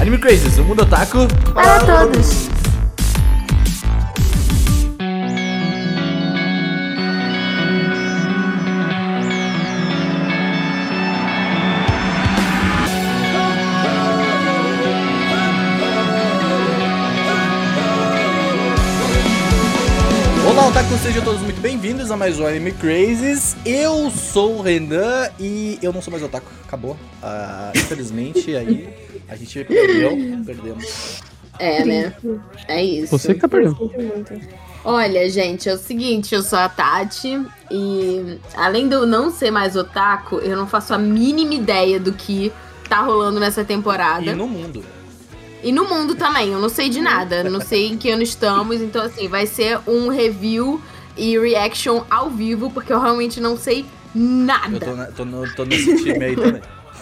Anime Crazes, o mundo otaku para todos. Olá, otaku, sejam todos muito bem-vindos a mais um Anime Crazes. Eu sou o Renan e eu não sou mais otaku, acabou. Infelizmente, aí a gente perdemos. É, né? É isso. Você que tá perdendo. Olha, gente, é o seguinte, eu sou a Tati e além de eu não ser mais otaku, eu não faço a mínima ideia do que tá rolando nessa temporada. E no mundo. E no mundo também, eu não sei de nada, não sei em que ano estamos, então assim, vai ser um review e reaction ao vivo, porque eu realmente não sei nada. Eu tô nesse time aí também.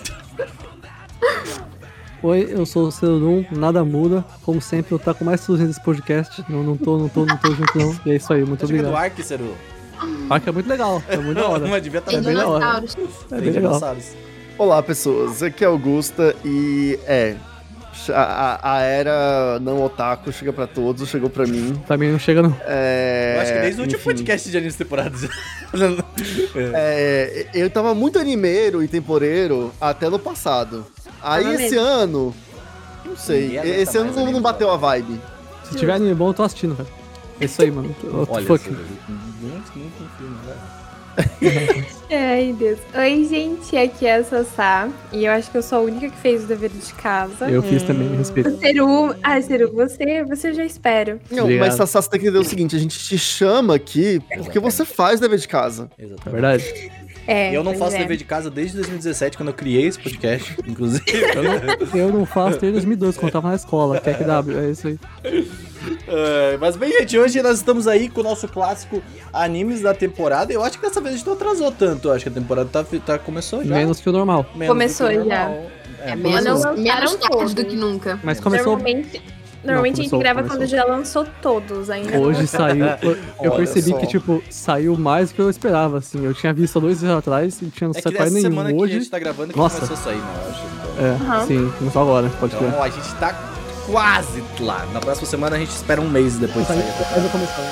Oi, eu sou o Cerurum, nada muda. Como sempre, eu tá com mais surgindo desse podcast. Não tô junto não. E é isso aí, muito obrigado. Do Ark, Ceru. Ark é muito legal, é muito da hora. Mas devia estar Tem bem da hora. dinossauros. É bem legal. Olá, pessoas. Aqui é Augusta e a era não otaku chega pra todos, chegou pra mim. Também não chega não. Eu acho que desde o último podcast de anime temporada. Eu tava muito animeiro e temporeiro até no passado. Aí esse ano, não sei, esse ano não bateu a vibe. Se tiver anime bom, eu tô assistindo, velho. É isso aí, mano. Olha, nem confio, velho. Ai, Deus. Oi, gente, aqui é a Sassá. E eu acho que eu sou a única que fez o dever de casa. Eu fiz também, respeito. Ceru, você eu já espero. Não, Obrigado. mas Sassá, você tem que entender o seguinte, a gente te chama aqui porque você faz o dever de casa. Exatamente. É verdade. Eu não faço dever de casa desde 2017, quando eu criei esse podcast, inclusive. Eu não faço desde 2012, quando eu tava na escola, TechW, é isso aí. Mas bem, gente, hoje nós estamos aí com o nosso clássico animes da temporada. Eu acho que dessa vez a gente não atrasou tanto. Eu acho que a temporada começou já. Menos que o normal. Começou do que o já. normal. Menos lançaram tarde todos. do que nunca. Mas começou... Normalmente a gente grava começou. quando já lançou todos ainda. Hoje saiu. Eu Olha percebi só. que, tipo, saiu mais do que eu esperava, assim. Eu tinha visto há 2 dias atrás e tinha É que saído dessa quase nenhum. semana que a Hoje. gente tá gravando que Nossa. começou a sair, né? Eu acho. Então. Sim, começou agora, pode crer. Então a gente tá quase lá. Na próxima semana a gente espera um mês depois de sair. Mas eu começar.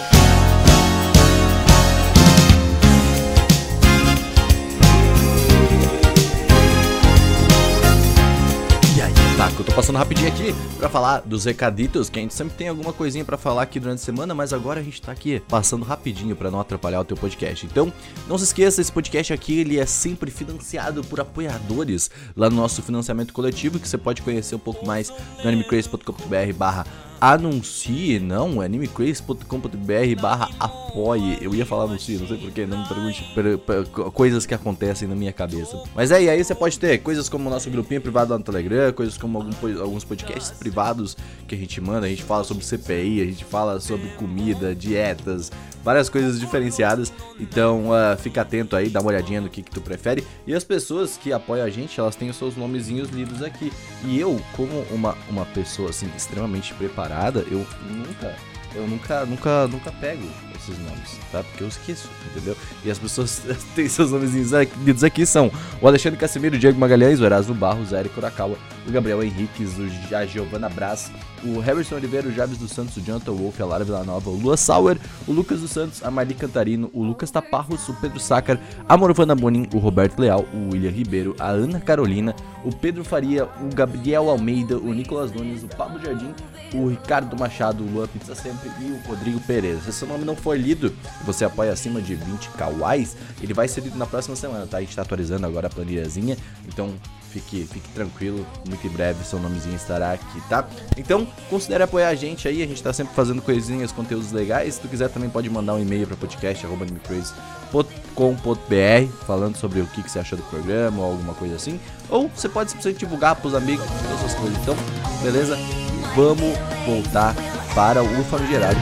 E aí, tá, eu tô passando rapidinho aqui pra falar dos recaditos, que a gente sempre tem alguma coisinha pra falar aqui durante a semana, mas agora a gente tá aqui passando rapidinho pra não atrapalhar o teu podcast. Então, não se esqueça, esse podcast aqui, ele é sempre financiado por apoiadores lá no nosso financiamento coletivo, que você pode conhecer um pouco mais no animecraze.com.br/anuncie, não, animecraze.com.br/apoie. Eu ia falar anuncie, não sei porquê, não me pergunte coisas que acontecem na minha cabeça. Mas e aí você pode ter coisas como o nosso grupinho privado lá no Telegram, coisas como alguns podcasts privados que a gente manda, a gente fala sobre CPI, a gente fala sobre comida, dietas, várias coisas diferenciadas. Então fica atento aí, dá uma olhadinha no que tu prefere. E as pessoas que apoiam a gente, elas têm os seus nomezinhos lidos aqui. E eu, como uma pessoa assim extremamente preparada, eu nunca pego esses nomes, tá? Porque eu esqueço, entendeu? E as pessoas têm seus nomezinhos lidos aqui, são o Alexandre Casimiro, o Diego Magalhães, o Erasmo Barros, o Eric Kurakawa, o Gabriel Henriques, a Giovana Brás, o Harrison Oliveira, o Jabes dos Santos, o Jonathan Wolf, a Lara Villanova, o Lua Sauer, o Lucas dos Santos, a Marli Cantarino, o Lucas Taparros, o Pedro Sácar, a Morvana Bonin, o Roberto Leal, o William Ribeiro, a Ana Carolina, o Pedro Faria, o Gabriel Almeida, o Nicolas Nunes, o Pablo Jardim, o Ricardo Machado, o Luan Pizza Sempre e o Rodrigo Pereira. Se seu nome não for lido, você apoia acima de 20 kawais, ele vai ser lido na próxima semana, tá? A gente tá atualizando agora a planilhazinha, então fique tranquilo, muito em breve seu nomezinho estará aqui, tá? Então, considere apoiar a gente aí, a gente tá sempre fazendo coisinhas, conteúdos legais. Se tu quiser também pode mandar um e-mail pra podcast@animecraze.com.br falando sobre o que você achou do programa ou alguma coisa assim. Ou você pode simplesmente divulgar pros amigos, todas essas coisas. Então, beleza? Vamos voltar para o famigerado.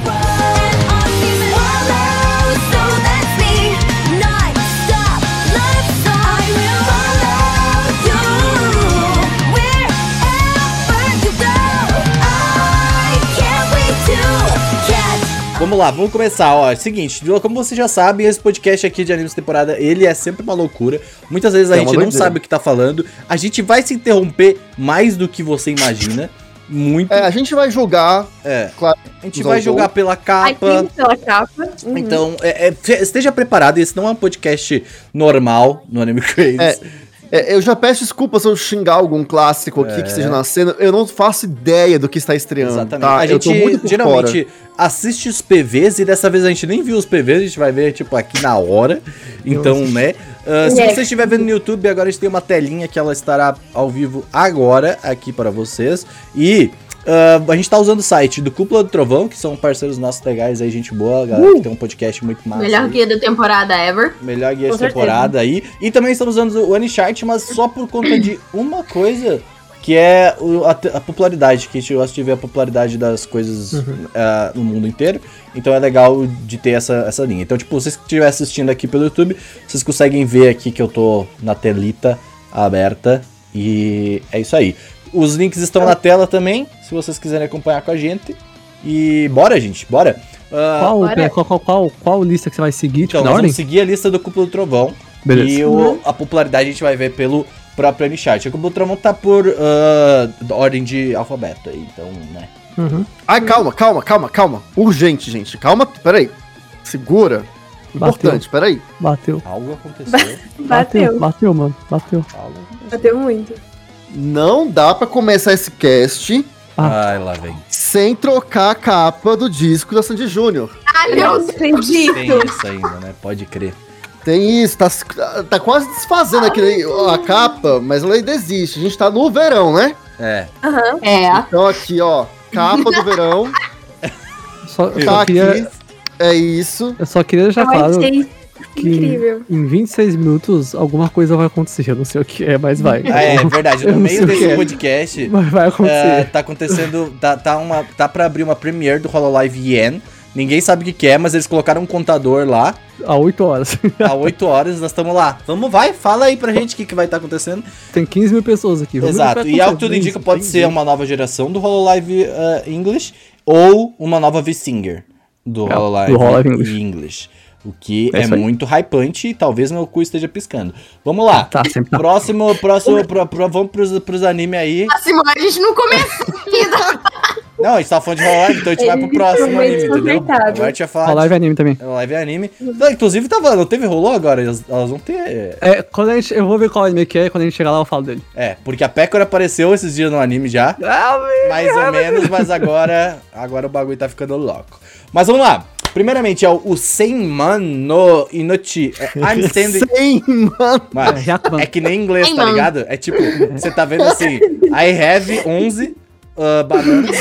Vamos lá, vamos começar, ó, seguinte, como você já sabe, esse podcast aqui de Animes Temporada, ele é sempre uma loucura, muitas vezes a gente não sabe o que tá falando, a gente vai se interromper mais do que você imagina, muito... A gente vai jogar... Claro, a gente vai jogar pela capa. Pela capa. Uhum. Então, esteja preparado. Esse não é um podcast normal no Anime Crazy. Eu já peço desculpas se eu xingar algum clássico aqui que esteja nascendo. Eu não faço ideia do que está estreando. Exatamente. Tá? A gente geralmente assiste os PVs e dessa vez a gente nem viu os PVs, a gente vai ver, tipo, aqui na hora. Então, né? Se você estiver vendo no YouTube, agora a gente tem uma telinha que ela estará ao vivo agora aqui para vocês. E a gente tá usando o site do Cúpula do Trovão, que são parceiros nossos legais aí, gente boa, galera que tem um podcast muito massa. Melhor guia da temporada ever. Melhor guia da temporada aí. E também estamos usando o Anichart, mas só por conta de uma coisa, que é a popularidade, que a gente gosta de ver a popularidade das coisas no mundo inteiro. Então é legal de ter essa linha. Então, tipo, vocês que estiverem assistindo aqui pelo YouTube, vocês conseguem ver aqui que eu tô na telita aberta. E é isso aí. Os links estão na tela também, se vocês quiserem acompanhar com a gente. E bora, gente, bora. Qual lista que você vai seguir? Então, nós vamos seguir a lista do Cúpula do Trovão. Beleza. E a popularidade a gente vai ver pelo próprio Anichart. O Cúpula do Trovão tá por ordem de alfabeto aí, então, né. Ai, calma. Urgente, gente. Calma, peraí. Segura. Importante, peraí. Bateu. Algo aconteceu. Bateu, mano. Bateu muito. Não dá pra começar esse cast Ai, lá vem. sem trocar a capa do disco da Sandy Júnior. Ai, meu Deus. Tem isso ainda, né? Pode crer. Tem isso, tá quase desfazendo aqui a capa, mas ela ainda existe. A gente tá no verão, né? Então aqui, ó, capa do verão. Tá aqui. É isso. Eu só queria deixar claro que incrível. Em 26 minutos alguma coisa vai acontecer. Eu não sei o que é, mas vai. É verdade. No meio desse podcast, vai acontecer. Tá acontecendo. Tá pra abrir uma premiere do Hololive Yen. Ninguém sabe o que é, mas eles colocaram um contador lá. Há 8 horas. Há 8 horas nós estamos lá. Fala aí pra gente o que vai estar acontecendo. Tem 15 mil pessoas aqui. Exato. E ao que tudo indica, pode ser uma nova geração do Hololive English ou uma nova V-Singer do Hololive English. O que é muito hypante e talvez meu cu esteja piscando. Vamos lá. Sempre tá. Próximo, vamos pros anime aí. Próximo, a gente não começou ainda. Não, a gente tá falando de Hololive, então a gente vai pro próximo anime, entendeu? Agora a gente vai falar Hololive anime também. Hololive anime. Não, inclusive, não teve rolou agora? Elas vão ter... Eu vou ver qual anime que é, quando a gente chegar lá eu falo dele. Porque a Pecora apareceu esses dias no anime já. Mais ou menos, mas agora o bagulho tá ficando louco. Mas vamos lá. Primeiramente, é o Senman no Inochi. I'm standing... Senman! Mano, é que nem inglês, tá ligado? É tipo, você tá vendo assim, I have 11 bananas.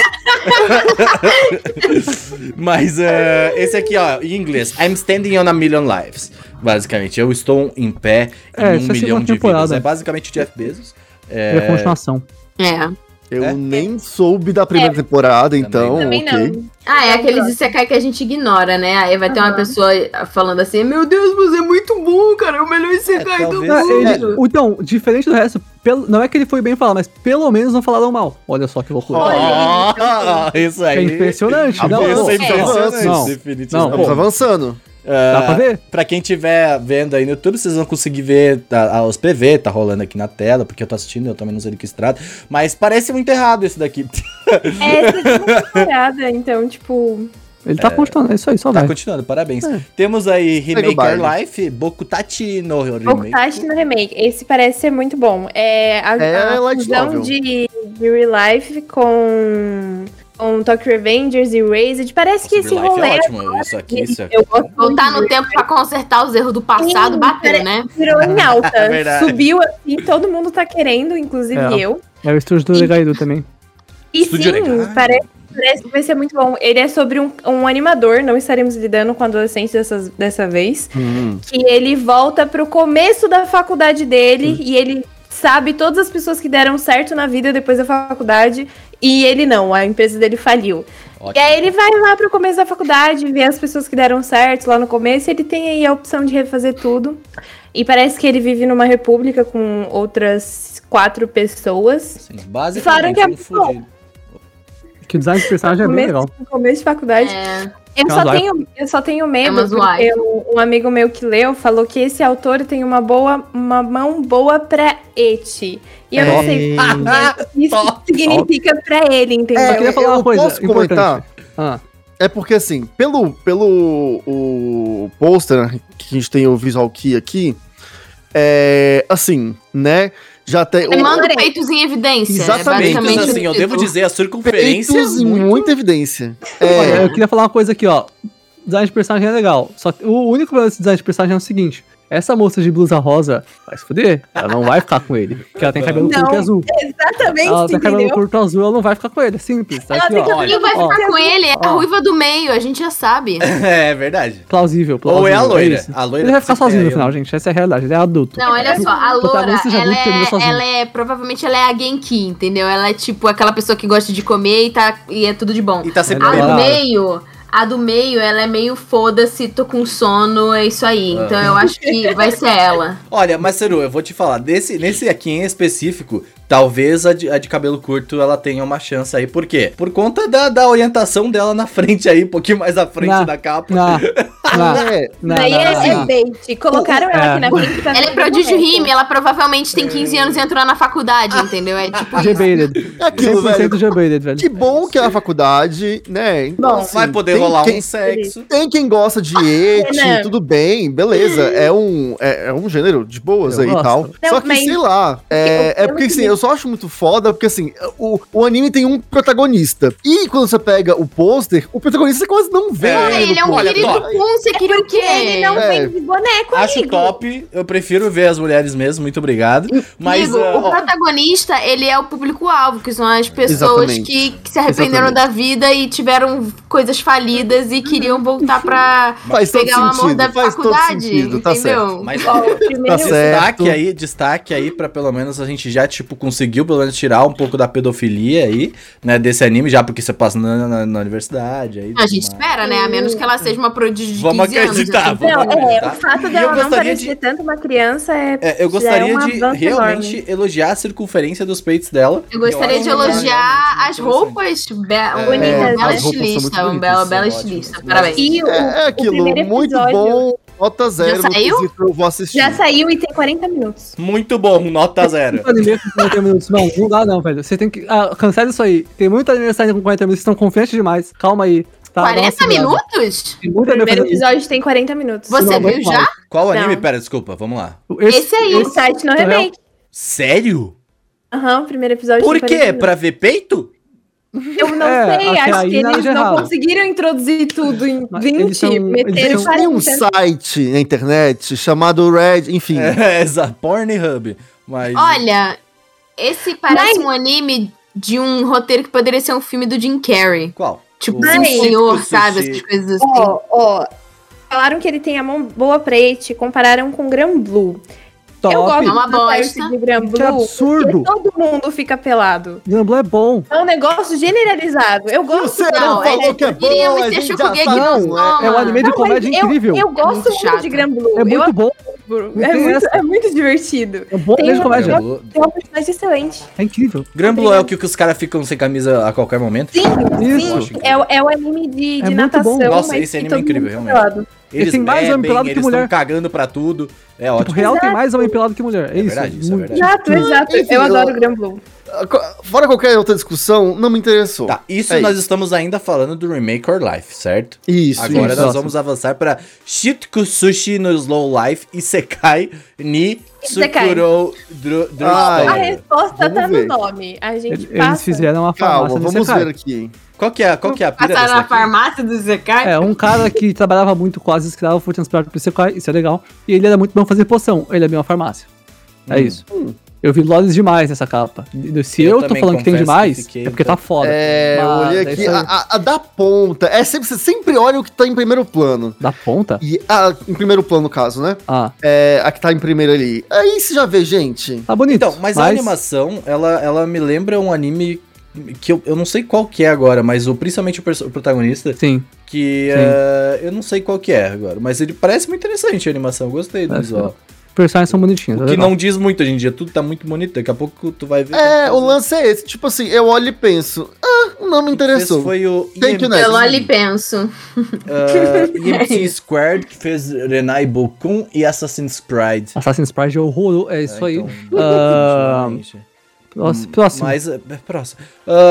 Mas esse aqui, ó, em inglês, I'm standing on a million lives. Basicamente, eu estou em pé em 1 milhão de vidas. É basicamente o Jeff Bezos. É a continuação. Eu nem soube da primeira temporada, então, também não. É aqueles Isekai que a gente ignora, né? Aí vai ter uma pessoa falando assim, meu Deus, você é muito bom, cara, é o melhor Isekai do mundo. Então, diferente do resto, não é que ele foi bem falado, mas pelo menos não falaram mal. Olha só que loucura. Isso aí. É impressionante. Definitivamente. Estamos avançando. Dá pra ver? Pra quem estiver vendo aí no YouTube, vocês vão conseguir ver os PV, tá rolando aqui na tela, porque eu tô assistindo, eu também não sei do que se trata. Mas parece muito errado esse daqui. Essa é uma temporada, então, tipo... Ele tá continuando, é isso aí, só vai. Tá continuando, parabéns. Temos aí Remake Your Life, Bokutachi no Remake. Bokutachi no Remake, esse parece ser muito bom. A fusão de Real Life com Tokyo Revengers e Erased. Parece que esse rolê é ótimo, isso aqui. Voltar no tempo pra consertar os erros do passado, bateu, né? Virou em alta. Subiu assim, todo mundo tá querendo, inclusive eu. É o estúdio do Legaido também. E sim, parece que vai ser muito bom. Ele é sobre um animador, não estaremos lidando com adolescentes dessa vez. Que ele volta pro começo da faculdade dele e ele sabe todas as pessoas que deram certo na vida depois da faculdade. E ele não, a empresa dele faliu. Ótimo. E aí ele vai lá pro começo da faculdade, ver as pessoas que deram certo lá no começo, e ele tem aí a opção de refazer tudo. E parece que ele vive numa república com outras 4 pessoas. Sim, basicamente, falaram que é muito bom. Que o design de personagem é bem legal. No começo de faculdade. Eu só tenho medo porque um amigo meu que leu falou que esse autor tem uma mão boa pra eti. E eu não sei o que isso significa pra ele, entendeu? Eu queria falar uma coisa importante. É porque, assim, pelo o pôster que a gente tem o Visual Key aqui, assim, né? Já tem. Ele manda peitos em evidência. Exatamente. Peitos, assim, eu devo dizer, a circunferência. Peitos em muita evidência. Olha, eu queria falar uma coisa aqui, ó. Design de personagem é legal. Só que o único problema desse design de personagem é o seguinte: essa moça de blusa rosa vai se fuder. Ela não vai ficar com ele. Porque ela tem cabelo curto e azul. Exatamente. Ela tem cabelo curto e azul, ela não vai ficar com ele. É simples. Tá aqui, Quem vai ficar com ele é a ruiva do meio, a gente já sabe. É verdade. Plausível. Ou é a loira. A loira ele vai ficar sozinho no final, gente. Essa é a realidade. Ele é adulto. Não, olha só. A loira, provavelmente ela é a Genki, entendeu? Ela é tipo aquela pessoa que gosta de comer e é tudo de bom. E tá sempre A do meio, ela é meio foda-se, tô com sono, é isso aí. Então eu acho que vai ser ela. Olha, mas Seru, eu vou te falar, nesse aqui em específico, talvez a de cabelo curto ela tenha uma chance aí. Por quê? Por conta da orientação dela na frente aí, um pouquinho mais à frente da capa. Daí é bait. Colocaram ela aqui na frente. Ela é prodígio rime, ela provavelmente tem 15 anos e entrou na faculdade, entendeu? É tipo G-baited. É aquilo, 100% G-baited, velho. Que bom que é na faculdade, né? Então, bom, assim, vai poder rolar um sexo. Tem quem gosta de eti, tudo bem, beleza. É um gênero de boas aí e tal. Não, só que, sei lá, porque assim, eu só acho muito foda, porque assim, o anime tem um protagonista. E quando você pega o pôster, o protagonista quase não vê. Ele é um querido você queria o quê? Ele não vem de boneco, acho top, eu prefiro ver as mulheres mesmo, muito obrigado. Mas o protagonista, ele é o público-alvo, que são as pessoas que se arrependeram da vida e tiveram coisas falidas e queriam voltar pra pegar o amor da faculdade, entendeu? Tá certo. Mas destaque aí pra pelo menos a gente já, tipo, conseguiu pelo menos tirar um pouco da pedofilia aí, né, desse anime, já porque você passa na universidade. Aí, a gente espera, né, a menos que ela seja uma prodígio de 15 vamos acreditar. O fato dela não parecer tanto uma criança eu gostaria de realmente elogiar a circunferência dos peitos dela. Eu gostaria de elogiar as roupas bela estilista, um bela estilista. Parabéns. É aquilo, muito bom. Nota 0. Já saiu? Eu vou assistir. Já saiu e tem 40 minutos. Muito bom, nota 0. 40 minutos. Não dá não, velho. Você tem que... cancela isso aí. Tem muito anime saindo com 40 minutos, vocês estão confiantes demais. Calma aí. Tá, 40 minutos? O primeiro episódio tem 40 minutos. Você viu já? Qual anime? Pera, desculpa, vamos lá. Esse aí. O site no remake. Sério? Aham, o primeiro episódio. Por quê? Pra ver peito? Eu não sei, acho que eles não conseguiram introduzir tudo em 20, meteram 40. Tem um site na internet chamado Red, enfim. Pornhub. Mas... Olha, esse parece um anime de um roteiro que poderia ser um filme do Jim Carrey. Qual? Tipo, Sim Senhor, sabe? Essas coisas assim. Falaram que ele tem a mão boa pra eti, compararam com Granblue. Top. Eu gosto uma bosta. de Granblue, que absurdo. Todo mundo fica pelado. Granblue é bom. É um negócio generalizado. Eu gosto. Você não falou que é bom, a gente já sabe. É um anime de comédia incrível. Eu gosto muito de Granblue. É muito bom. É muito divertido. É bom de comédia. Tem um personagem excelente. É incrível. Granblue é o que os caras ficam sem camisa a qualquer momento? Sim, sim. É o anime de natação. Nossa, esse anime é incrível, realmente. Eles tem mais homem pelado que mulher. Eles estão cagando pra tudo. É ótimo. Real tem mais homem pelado que mulher. É isso. Verdade, isso é verdade. Exato. Enfim, eu adoro Granblue. Fora qualquer outra discussão, não me interessou. Tá, nós estamos ainda falando do Remake Your Life, certo? Isso. Agora nós vamos avançar pra Shitkusushi no Slow Life Isekai ni Tsukuro A resposta tá no nome. A gente Eles fizeram uma farmácia do Isekai. Vamos ver aqui. Qual que é a pira Passaram na farmácia do Isekai? Um cara que trabalhava muito com as escravas foi transportado pro Isekai, isso é legal. E ele era muito bom fazer poção, ele abriu uma farmácia. É isso. Eu vi lolis demais nessa capa. Se eu tô falando que tem demais, é porque tá foda. Eu olhei aqui, a da ponta, você sempre olha o que tá em primeiro plano. Da ponta? Em primeiro plano, no caso, né? A que tá em primeiro ali. Aí você já vê, gente. Tá bonito. Então, mas a animação, ela me lembra um anime que eu não sei qual que é agora, mas principalmente o protagonista. Sim. Que eu não sei qual que é agora, mas ele parece muito interessante a animação, eu gostei do visual. Os personagens são bonitinhos. O que não diz muito hoje em dia, tudo tá muito bonito, daqui a pouco tu vai ver. O lance é esse, tipo assim, eu olho e penso, Não me interessou. Foi o EMT. Eu ali penso. EMT Squared, que fez Renai Bokun e Assassin's Creed. Assassin's Creed é horroroso. É isso aí. Próximo. Mas, próximo.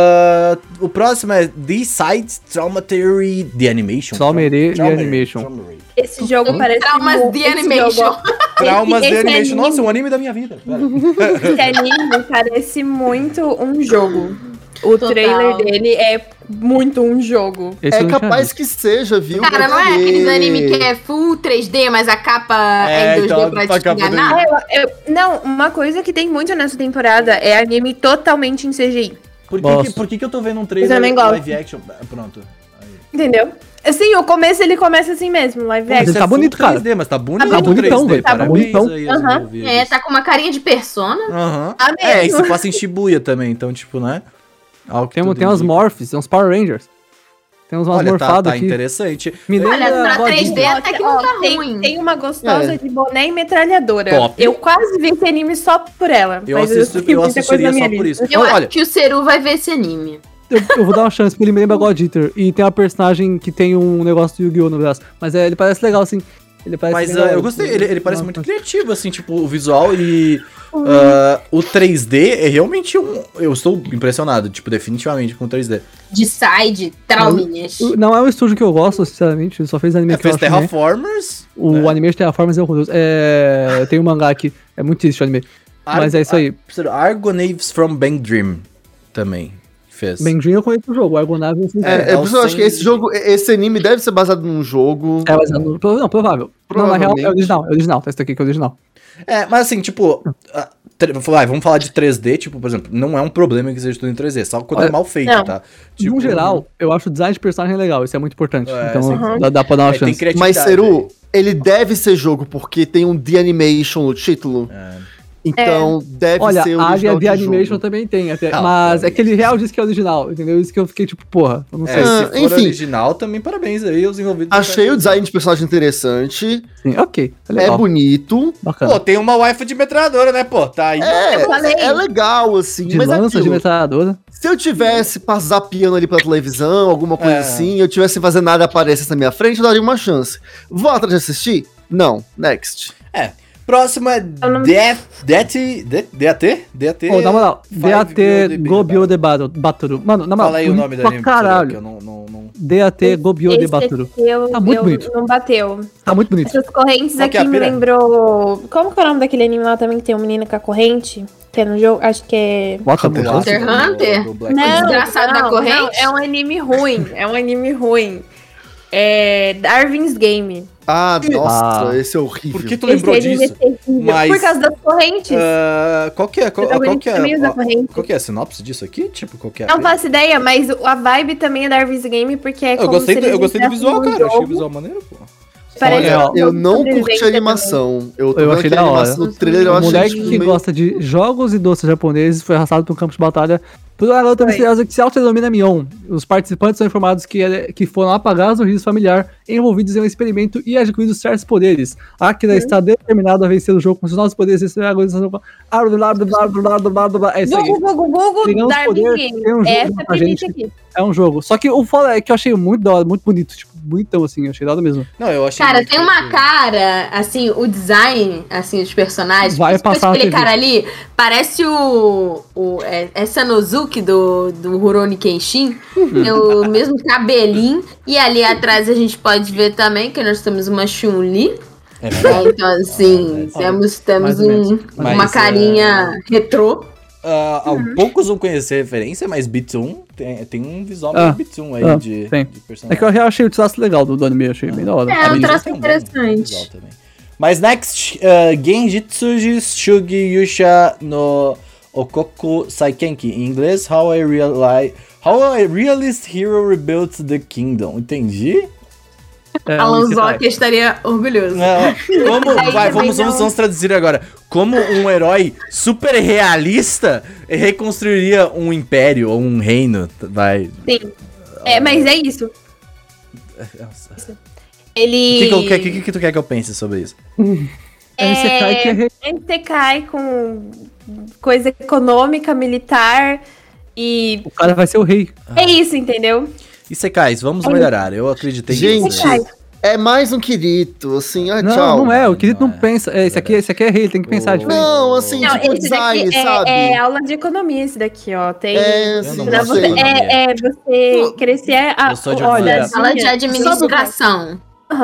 O próximo é The Side Trauma Theory The Animation. The Animation. Esse jogo parece Traumas The Animation. Traumas The Animation. Nossa, um anime da minha vida. Esse anime parece muito um jogo. O trailer dele é muito um jogo. É capaz que seja, viu? Cara, não é aqueles anime que é full 3D, mas a capa é em 2D então, pra te enganar? Não, uma coisa que tem muito nessa temporada é anime totalmente em CGI. Por que eu tô vendo um trailer live action? Pronto. Aí. Entendeu? Assim, o começo ele começa assim mesmo, live action. Mas tá bonito, 3D, cara. Mas tá bonito. Tá bonitão, velho. Tá bonitão. Tá com uma carinha de Persona. E se passa em Shibuya também, então, tipo, né? Tem umas morphs, tem uns Power Rangers. Tem umas morfadas aqui. Tá interessante. Olha, pra 3D até que não tá ruim. Tem uma gostosa de boné e metralhadora. Top. Eu quase vi esse anime só por ela. Eu assistiria só por isso. Eu acho que o Seru vai ver esse anime. Eu vou dar uma chance, porque ele me lembra God Eater. E tem uma personagem que tem um negócio do Yu-Gi-Oh! No braço. Mas ele parece legal, assim. Mas eu gostei, ele parece muito criativo, assim, tipo, o visual e o 3D é realmente eu estou impressionado, tipo, definitivamente com o 3D. De side, trauminhas. Não é um estúdio que eu gosto, sinceramente, ele só fez anime que fez Terraformers. O anime de Terraformers é horroroso. Tem um mangá aqui, é muito triste o anime. Mas é isso aí. Argonaves from Bang Dream também. Bang Dream eu conheço o jogo, o Argonave por isso eu acho que esse anime deve ser baseado num jogo. É baseado no... Não, provável. Não, na real é original, tá isso aqui que é original. Mas assim, tipo, vamos falar de 3D, tipo, por exemplo, não é um problema que seja tudo em 3D, só quando é mal feito, tá? Tipo, no geral, eu acho o design de personagem legal, isso é muito importante. Então dá pra dar uma chance. Mas, Seru, ele deve ser jogo porque tem um The Animation no título. Então, deve ser original. Olha, a The Animation também tem, até, mas é que ele real diz que é original, entendeu? Isso que eu fiquei tipo, porra, eu não sei. Se for original, também parabéns aí aos envolvidos. Achei o design de personagem interessante. Sim, ok. É bonito. Bacana. Pô, tem uma waifu de metralhadora, né, pô? Tá aí. É legal, assim. De lança de metralhadora. Se eu tivesse zapeando ali pela televisão, alguma coisa assim, eu tivesse fazendo nada aparecesse na minha frente, eu daria uma chance. Vou atrás de assistir? Não. Next. Próximo é DAT? Oh, na moral, DAT Gobyo de Batoru. Mano, na moral, fala aí o nome da anime, caralho. Que eu não... DAT Gobyo de Batoru. Tá muito bonito. Não bateu. Tá muito bonito. Essas correntes aqui me lembrou... Como que é o nome daquele anime lá também que tem um menino com a corrente? Que é no jogo, acho que é... Hunter? Não, desgraçado da corrente? Não, é um anime ruim. É Darwin's Game. Nossa, esse é horrível. Por que tu lembrou disso? Mas, por causa das correntes. Qual que é a sinopse disso aqui? Tipo, qual que é? Não faço ideia, mas a vibe também é Darwin's Game, porque é eu gostei do visual, cara. Achei o visual maneiro, pô. Olha, eu não curti a animação. Eu achei da hora. No trailer eu achei moleque que gosta de jogos e doces japoneses foi arrastado para um campo de batalha por uma garota misteriosa que se autodenomina Mion. Os participantes são informados que foram apagados no registro familiar, envolvidos em um experimento e adquiridos certos poderes. Akira está determinado a vencer o jogo com seus novos poderes. É isso aí. É um jogo. Só que o foda é que eu achei muito da hora, muito bonito. Tipo, bonitão, assim. Eu achei da hora mesmo. Não, eu achei. Cara, tem uma cara, assim, o design, assim, dos personagens. Vai passar aquele cara ali, parece é Sanosuke do Rurouni Kenshin. Tem o mesmo cabelinho. E ali atrás a gente pode ver também que nós temos uma Chun-Li. Então, assim, temos uma carinha retrô. Poucos vão conhecer a referência, mas Bitsum tem um visual meio Bitsum aí de personagem. É que eu achei o traço legal do anime, eu achei bem da hora. É um traço interessante. Mas next, Genjitsuji Shugi Yusha no Okoku Saikenki. Em inglês, How a Realist Hero Rebuilt the Kingdom. Entendi? Alan Zoc estaria orgulhoso. Vamos traduzir agora. Como um herói super realista reconstruiria um império ou um reino, vai. Sim. Mas é isso. Ele... O que tu quer que eu pense sobre isso? Isekai com coisa econômica, militar E... O cara vai ser o rei. É isso, entendeu? E Sekais, vamos melhorar. Eu acreditei nisso. Gente, é mais um Kirito, assim, tchau. Não é, o Kirito não pensa. Esse aqui é rei, ele tem que pensar diferente. Não, assim, não, tipo, design, sabe? É aula de economia esse daqui, ó. Tem... você crescer olha, aula de administração.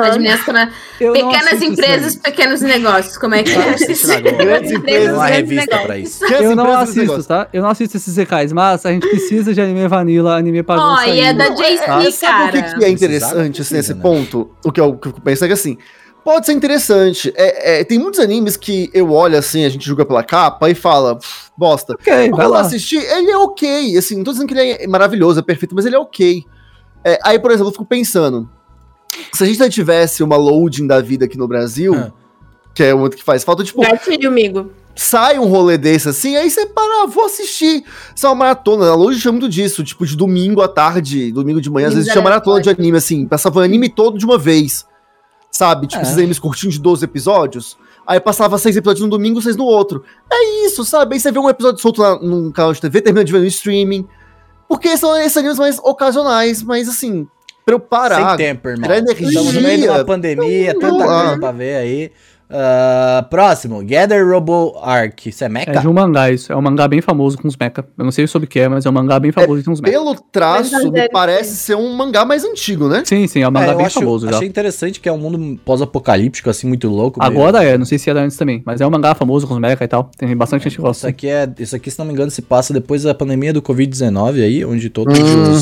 Pequenas empresas, pequenos negócios, como é que é? Grandes empresas, uma revista pra isso. Eu não assisto, tá? Eu não assisto esses Sekais, mas a gente precisa de anime vanilla, anime padrão. Ó, e é da JC, cara. Sabe o que é interessante assim, nesse ponto? O que eu penso é que assim, pode ser interessante. Tem muitos animes que eu olho assim, a gente julga pela capa e fala, bosta. Ok, vai lá. Assistir, ele é ok, assim, não tô dizendo que ele é maravilhoso, é perfeito, mas ele é ok. Aí, por exemplo, eu fico pensando, se a gente não tivesse uma loading da vida aqui no Brasil, que é muito que faz falta, tipo... Gatilho, amigo. Sai um rolê desse assim, aí você para, vou assistir. Isso é uma maratona, a loading chama muito disso, tipo, de domingo à tarde, domingo de manhã, às vezes chama maratona de anime, assim, passava o anime todo de uma vez, sabe? Tipo, esses animes curtinhos de 12 episódios, aí passava 6 episódios no domingo, 6 no outro. É isso, sabe? Aí você vê um episódio solto num canal de TV, termina de ver no streaming, porque são esses animes mais ocasionais, mas assim... Pra eu parar. Sem tempo, irmão. Estamos no meio de uma pandemia, tanta coisa pra ver aí. Próximo, Gather Robo Arc. Isso é mecha? É de um mangá, isso. É um mangá bem famoso com os mecha. Eu não sei sobre o que é, mas é um mangá bem famoso com os mecha. Pelo traço, me parece ser um mangá mais antigo, né? Sim, é um mangá bem famoso já. Achei interessante que é um mundo pós-apocalíptico, assim, muito louco. Agora não sei se era antes também, mas é um mangá famoso com os mecha e tal. Tem bastante gente que gosta. Isso aqui, se não me engano, se passa depois da pandemia do Covid-19 aí, onde todos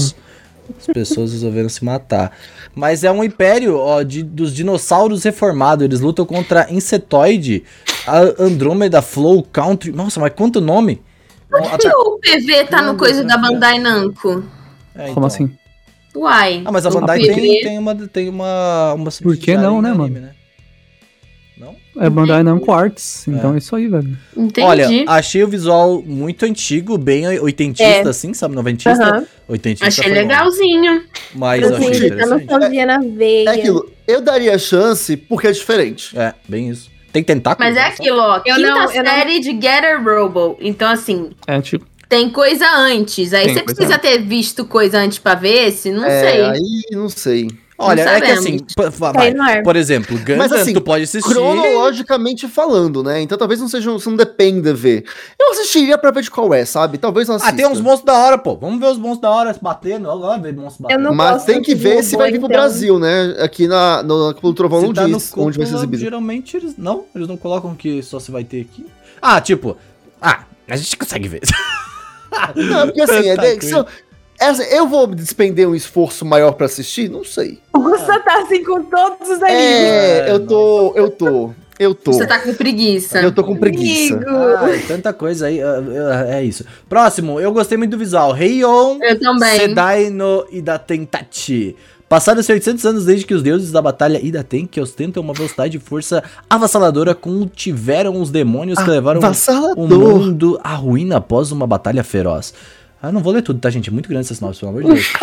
as pessoas resolveram se matar. Mas é um império, dos dinossauros reformados. Eles lutam contra Insetoide, a Andrômeda, Flow, Country. Nossa, mas quanto nome? Por que o PV tá no coisa da Bandai Namco? Então. Como assim? Uai. Mas a Bandai tem uma Por que não, né, mano? Né? Não? É Bandai Namco Arts, então é isso aí, velho. Entendi. Olha, achei o visual muito antigo, bem oitentista, assim, sabe? Noventista. Oitentista. Achei legalzinho. Mas eu achei interessante. Na veia. É aquilo, eu daria chance porque é diferente. É, bem isso. Tem tentáculo. Mas é aquilo, ó. Quinta série de Gather Robo. Então, assim... É antigo. Tem coisa antes. Aí você precisa ter visto coisa antes pra ver esse? Não sei. Aí não sei. Olha, é que assim, por exemplo, Gundam, mas, assim, tu pode assistir... cronologicamente falando, né? Então talvez você não dependa ver. Eu assistiria pra ver de qual é, sabe? Talvez não assista. Tem uns monstros da hora, pô. Vamos ver os monstros da hora se batendo. Vamos ver monstros batendo. Mas tem que ver se vai vir pro Brasil, né? Aqui no Cúpulo Trovão não diz onde vai ser exibido. Geralmente eles não colocam que só se vai ter aqui. A gente consegue ver. Não, porque assim, eu vou despender um esforço maior pra assistir? Não sei. O Gusta tá assim com todos os animes. Eu tô. Você tá com preguiça. Eu tô com preguiça. Tanta coisa aí. É isso. Próximo, eu gostei muito do visual. Heion eu também. Sedai no Idatentachi. Passados 800 anos desde que os deuses da batalha Idaten, que ostentam uma velocidade e força avassaladora, cultivaram os demônios que levaram o mundo à ruína após uma batalha feroz. Não vou ler tudo, tá, gente? É muito grande essas notas, pelo amor de Deus.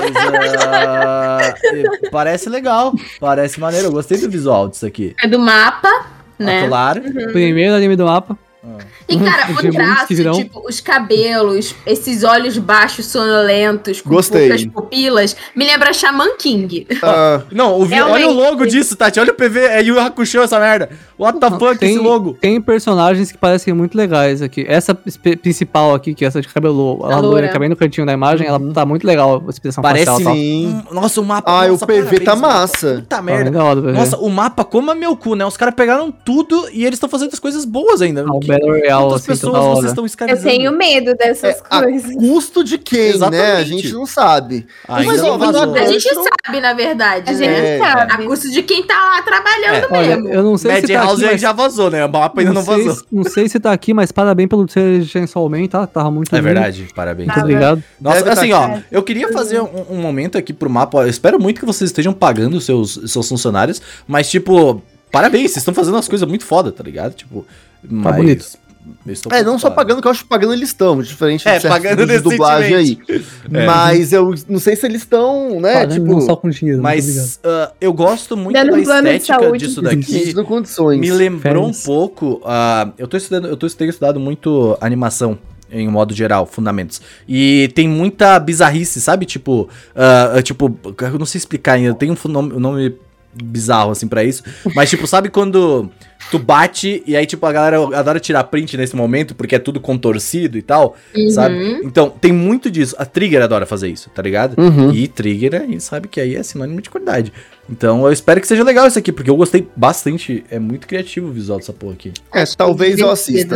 Mas parece legal, parece maneiro. Eu gostei do visual disso aqui. É do mapa, né? Claro. Primeiro anime do mapa. E, cara, o traço, tipo, os cabelos, esses olhos baixos sonolentos, com poucas pupilas, me lembra Shaman King. Não, olha o logo disso, Tati. Olha o PV, é Yu Hakusho essa merda. What the fuck, esse logo? Tem personagens que parecem muito legais aqui. Essa principal aqui, que é essa de cabelo, a loira, que é bem no cantinho da imagem, ela tá muito legal, a expressão facial. Sim. Nossa, o mapa... o PV tá massa. Puta merda. Nossa, o mapa coma meu cu, né? Os caras pegaram tudo e eles estão fazendo as coisas boas ainda. Battle Royale, quantas pessoas vocês estão escravizando? Eu tenho medo dessas coisas. A custo de quem, exatamente, né? A gente não sabe. A gente sabe, na verdade, a gente sabe. A custo de quem tá lá trabalhando mesmo. Olha, eu não sei se tá aqui, mas... já vazou, né? O mapa ainda não vazou. Não sei se tá aqui, mas parabéns pelo ser Chainsaw Man, tá? Tava muito bem. É verdade, parabéns. Muito obrigado. Nossa, assim, eu queria fazer um momento aqui pro mapa. Eu espero muito que vocês estejam pagando seus funcionários, mas, tipo, parabéns, vocês estão fazendo umas coisas muito foda, tá ligado? Tipo, tá bonito. Não só pagando, que eu acho que pagando eles estão, diferente de pagando de dublagem aí. Mas eu não sei se eles estão, né, pagando tipo... só com dinheiro. Mas eu gosto muito da estética disso daqui. Condições. Me lembrou um pouco... eu tenho estudado muito animação. em modo geral, fundamentos. E tem muita bizarrice, sabe? Tipo, eu não sei explicar ainda, tem um nome bizarro, assim, pra isso. Mas, tipo, sabe quando tu bate e aí, tipo, a galera adora tirar print nesse momento porque é tudo contorcido e tal, sabe? Então, tem muito disso. A Trigger adora fazer isso, tá ligado? E Trigger, a gente sabe que aí é sinônimo de qualidade. Então, eu espero que seja legal isso aqui, porque eu gostei bastante. É muito criativo o visual dessa porra aqui. Talvez eu assista,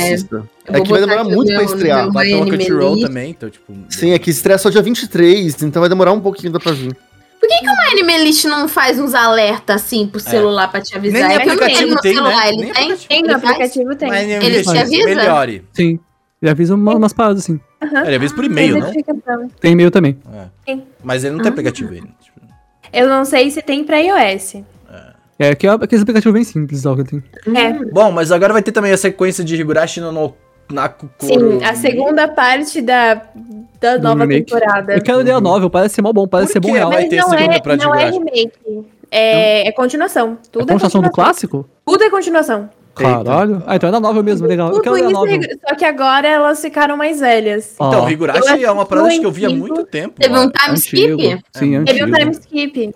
É que vai demorar muito pra estrear. Vai pela Crunchyroll também, então, tipo... Sim, é que estreia só dia 23, então vai demorar um pouquinho ainda pra vir. Por que o Animalist não faz uns alertas assim pro celular pra te avisar? Nem aplicativo tem, celular, né? Ele tem no aplicativo tem. Ele te avisa? Melhore. Sim. Ele avisa umas paradas assim. Ele avisa por e-mail, não? Tem e-mail também. Mas ele não tem aplicativo ainda. Eu não sei se tem pra iOS. Que aquele aplicativo bem simples, ó, que tem. Bom, mas agora vai ter também a sequência de Higurashi no Nakukoro. Sim, a segunda parte da nova temporada. Eu quero ler a novel, parece ser mó bom, parece ser bom real. Vai ter segunda pra não é remake, é continuação. Tudo é continuação do clássico? Tudo é continuação. Caralho. Então é da novel mesmo, legal. Tudo isso, só que agora elas ficaram mais velhas. Então, Higurashi é uma parada que eu vi há muito tempo. Teve um time skip? Sim, teve um time skip.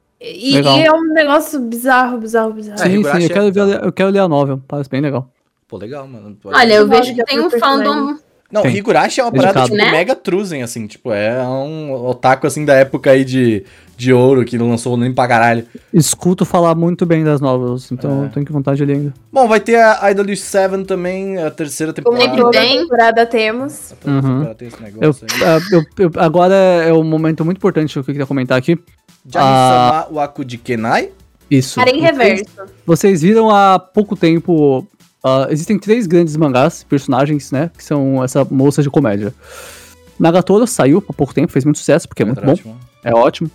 E é um negócio bizarro. Sim, eu quero ler a novel, parece bem legal. Pô, legal, mano. Olha, eu vejo que tem um fandom... Não, Higurashi é uma parada, tipo, né? mega truzen, assim, tipo, é um otaku, assim, da época aí de ouro, que não lançou nem pra caralho. Escuto falar muito bem das novels, então eu tenho que vontade de ler ainda. Bom, vai ter a Idolish 7 também, a terceira temporada. Como toda temporada temos. Tem esse negócio aí. Agora é um momento muito importante que eu queria comentar aqui. Jani-sama Wakujikenai? Isso. Cara em reverso. Vocês viram há pouco tempo... existem 3 grandes mangás, personagens, né? Que são essa moça de comédia. Nagatoro saiu há pouco tempo, fez muito sucesso, porque é muito bom. Ótimo. É ótimo.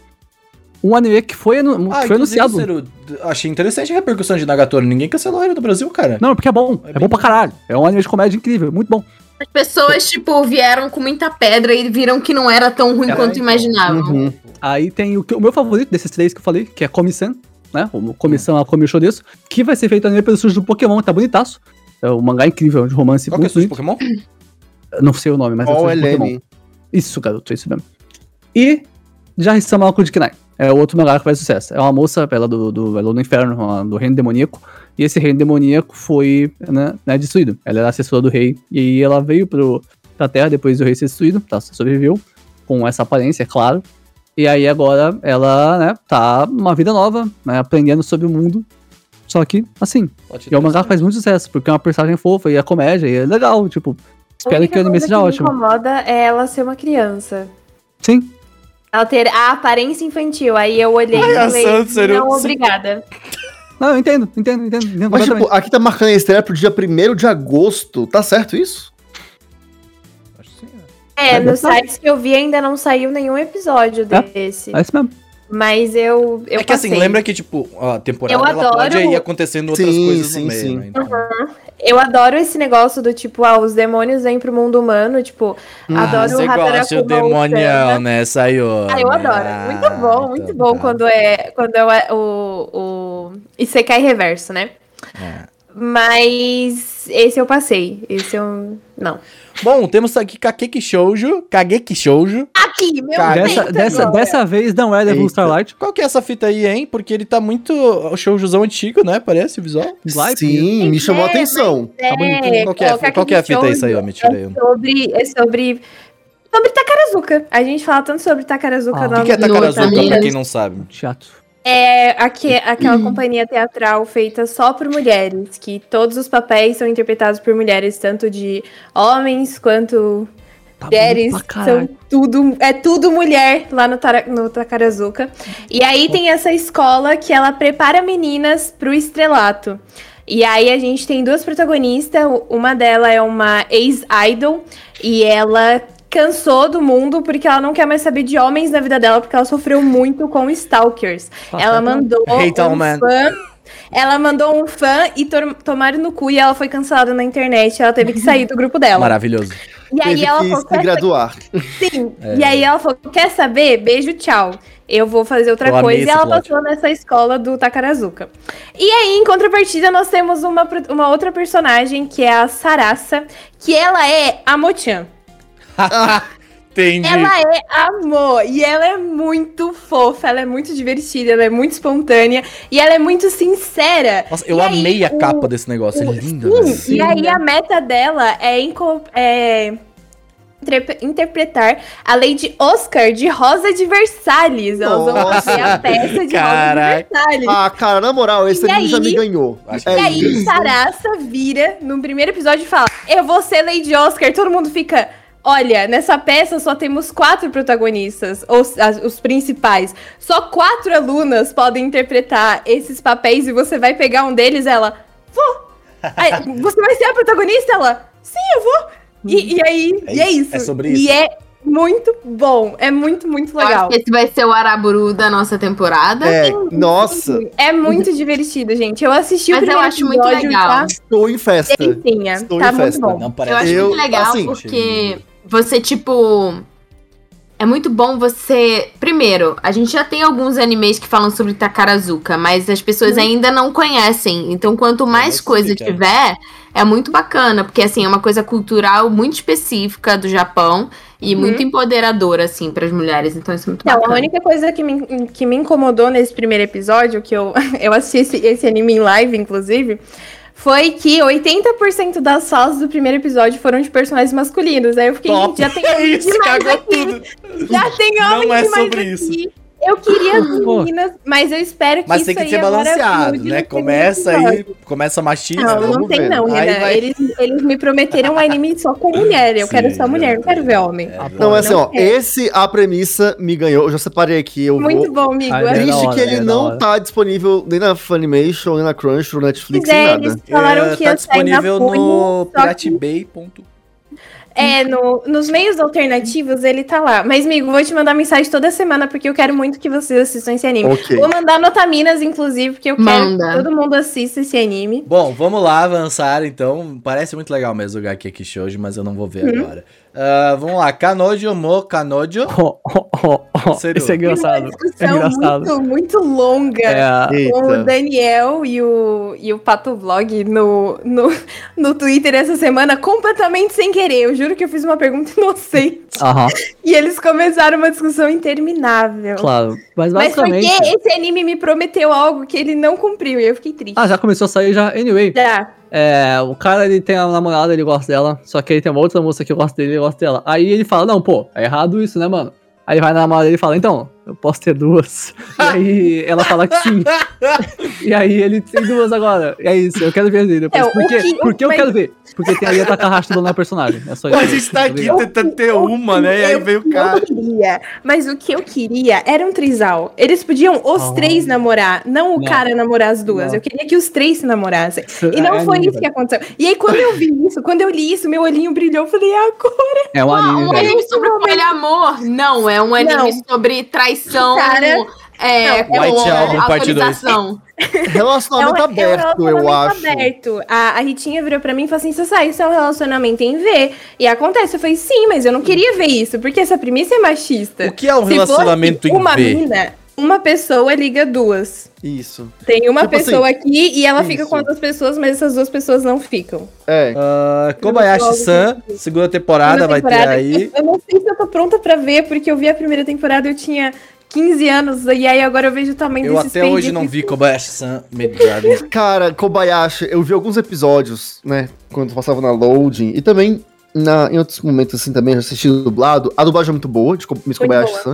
Um anime que foi anunciado. Ciro, achei interessante a repercussão de Nagatoro. Ninguém cancelou ele no Brasil, cara. Não, porque é bom. É bom pra caralho. É um anime de comédia incrível, muito bom. As pessoas, tipo, vieram com muita pedra e viram que não era tão ruim quanto imaginavam. Aí tem o meu favorito desses 3 que eu falei, que é Komi-san. Né? O Comissão a Komi Shodesu, que vai ser feito anime pelo estúdio do Pokémon, tá bonitaço. É um mangá incrível, de romance. Qual que é o estúdio do Pokémon? Não sei o nome, mas é o estúdio do Pokémon. Isso, garoto, é isso mesmo. E Jari-sama Wakujikenai. É o outro mangá que faz sucesso. É uma moça, ela do inferno, do reino demoníaco. E esse reino demoníaco foi destruído. Ela era assessora do rei. E aí ela veio pra terra depois do rei ser destruído. Tá, sobreviveu. Com essa aparência, é claro. E aí agora ela, né, tá numa vida nova, né, aprendendo sobre o mundo. Só que, assim, e o mangá faz muito sucesso, porque é uma personagem fofa e é comédia, e é legal, tipo, espero que o anime seja ótimo. O que me incomoda é ela ser uma criança. Sim. Ela ter a aparência infantil, aí eu olhei e falei, não, obrigada. Não, eu entendo. Mas, tipo, aqui tá marcando a estreia pro dia 1º de agosto, tá certo isso? Nos sites que eu vi ainda não saiu nenhum episódio desse. É isso mesmo. Mas eu que passei. Assim, lembra que, tipo, a temporada ela pode ir acontecendo outras coisas no meio, né? Então... Eu adoro esse negócio do, tipo, os demônios vêm pro mundo humano, tipo, adoro o Hataraku. Você gosta o demonião, né? Saiu. Eu adoro. Muito bom quando é o Isekai reverso, né? Mas esse eu passei. Esse eu... não. Bom, temos aqui Kageki Shoujo. Aqui, meu Deus. Dessa vez não é Devil Starlight. Qual que é essa fita aí, hein? Porque ele tá muito... O shoujozão antigo, né? Parece o visual. Sim, me chamou a atenção. Tá bonito. Qual que é a fita aí, Sayó? Me tirei. É sobre Takarazuka. A gente fala tanto sobre Takarazuka. O que é Takarazuka, pra quem não sabe? Teatro. É aquela companhia teatral feita só por mulheres, que todos os papéis são interpretados por mulheres, tanto de homens quanto mulheres. São tudo mulher lá no Takarazuka. E aí tem essa escola que ela prepara meninas pro estrelato. E aí a gente tem 2 protagonistas, uma delas é uma ex-idol, e ela cansou do mundo porque ela não quer mais saber de homens na vida dela, porque ela sofreu muito com stalkers. Ela mandou um fã e tomaram no cu, e ela foi cancelada na internet. Ela teve que sair do grupo dela. Maravilhoso. E aí ela falou, se graduar. Sim, e aí ela falou, quer saber? Beijo, tchau. Eu vou fazer outra coisa. E ela passou nessa escola do Takarazuka. E aí, em contrapartida, nós temos uma outra personagem, que é a Sarasa, que ela é a Mo-chan. Entendi. Ela é amor, e ela é muito fofa, ela é muito divertida, ela é muito espontânea, e ela é muito sincera. Nossa, eu amei a capa desse negócio, é linda. Sim, e aí a meta dela é interpretar a Lady Oscar de Rosa de Versalhes. Elas vão fazer a peça de Rosa de Versalhes. Ah, cara, na moral, esse anime já me ganhou. E aí, Sarasa vira no primeiro episódio e fala: eu vou ser Lady Oscar. Todo mundo fica... Olha, nessa peça só temos 4 protagonistas, os principais. Só 4 alunas podem interpretar esses papéis e você vai pegar um deles, ela... Vou! Aí, você vai ser a protagonista? Ela... Sim, eu vou! E aí, é isso. É sobre isso. E é muito bom. É muito, muito legal. Eu acho que esse vai ser o Araburu da nossa temporada. Nossa. É muito divertido, gente. Eu assisti o primeiro episódio. Mas eu acho muito legal. Tá? Estou em festa. Estou tá em festa. Muito bom. Eu acho muito legal porque você, tipo... É muito bom você... Primeiro, a gente já tem alguns animes que falam sobre Takarazuka, mas as pessoas ainda não conhecem. Então, quanto mais coisa tiver, é muito bacana. Porque, assim, é uma coisa cultural muito específica do Japão e muito empoderadora, assim, para as mulheres. Então, isso é muito bacana. A única coisa que me incomodou nesse primeiro episódio, que eu assisti esse anime em live, inclusive... Foi que 80% das falas do primeiro episódio foram de personagens masculinos. Aí eu fiquei, já tem homem demais aqui. Já tem homem demais aqui. Eu queria as meninas, mas eu espero que mas isso aí... Mas tem que ser balanceado, né? Começa machismo. Não tem não, Renan. Vai... Eles me prometeram um anime só com mulher. Eu quero só mulher, não quero ver homem. Não, assim, ó, a premissa me ganhou. Eu já separei aqui. Muito bom, amigo. Triste que ele não tá disponível nem na Funimation, nem na Crunchyroll, Netflix, nem nada. Eles falaram que tá disponível no piratebay.com. Nos meios alternativos ele tá lá. Mas, amigo, vou te mandar mensagem toda semana, porque eu quero muito que vocês assistam esse anime. Okay. Vou mandar notaminas, inclusive, porque eu quero que todo mundo assista esse anime. Bom, vamos lá avançar, então. Parece muito legal mesmo o Gakeki Shoujo, mas eu não vou ver agora. Vamos lá, Kanojo mo Kanojo. Esse é engraçado. É engraçado. Muito longa com o Daniel e o Pato Vlog no Twitter essa semana, completamente sem querer. Eu juro que eu fiz uma pergunta inocente. E eles começaram uma discussão interminável. Claro, mas basicamente... Mas porque esse anime me prometeu algo que ele não cumpriu e eu fiquei triste. Já começou a sair já? Anyway. Já. O cara, ele tem a namorada, ele gosta dela, só que aí tem uma outra moça que gosta dele, ele gosta dela. Aí ele fala, não, pô, é errado isso, né, mano? Aí ele vai na namorada dele e fala, então, eu posso ter 2. E aí ela fala que sim. E aí ele tem 2 agora. E é isso, eu quero ver ele depois. Por que eu quero ver? Porque tem ali a Takahashi do personagem. É só isso. A gente tá aqui tentando ter uma, né? E aí veio o cara. Mas o que eu queria era um trisal. Eles podiam os 3 namorar, não o cara namorar as 2. Eu queria que os 3 se namorassem. E não foi isso que aconteceu. E aí, quando eu vi isso, quando eu li isso, meu olhinho brilhou. Eu falei, agora. É um anime. Um anime sobre poliamor. Não, é um anime sobre traição. Cara, White Album parte 2. Relacionamento aberto, eu acho. A Ritinha virou pra mim e falou assim, Sassai, isso é um relacionamento em V. E acontece, eu falei, sim, mas eu não queria ver isso, porque essa premissa é machista. O que é um relacionamento em V? Uma pessoa liga 2. Isso. Tem uma pessoa assim, aqui e ela fica com outras pessoas, mas essas 2 pessoas não ficam. Kobayashi-san, segunda temporada vai ter aí. Eu não sei se eu tô pronta pra ver, porque eu vi a primeira temporada e eu tinha 15 anos, e aí agora eu vejo o tamanho desses Eu até hoje não vi Kobayashi-san Medjugorje. Cara, Kobayashi, eu vi alguns episódios, né, quando passava na Loading, e também em outros momentos, assim, também já assisti dublado. A dublagem é muito boa, de Miss Kobayashi-san.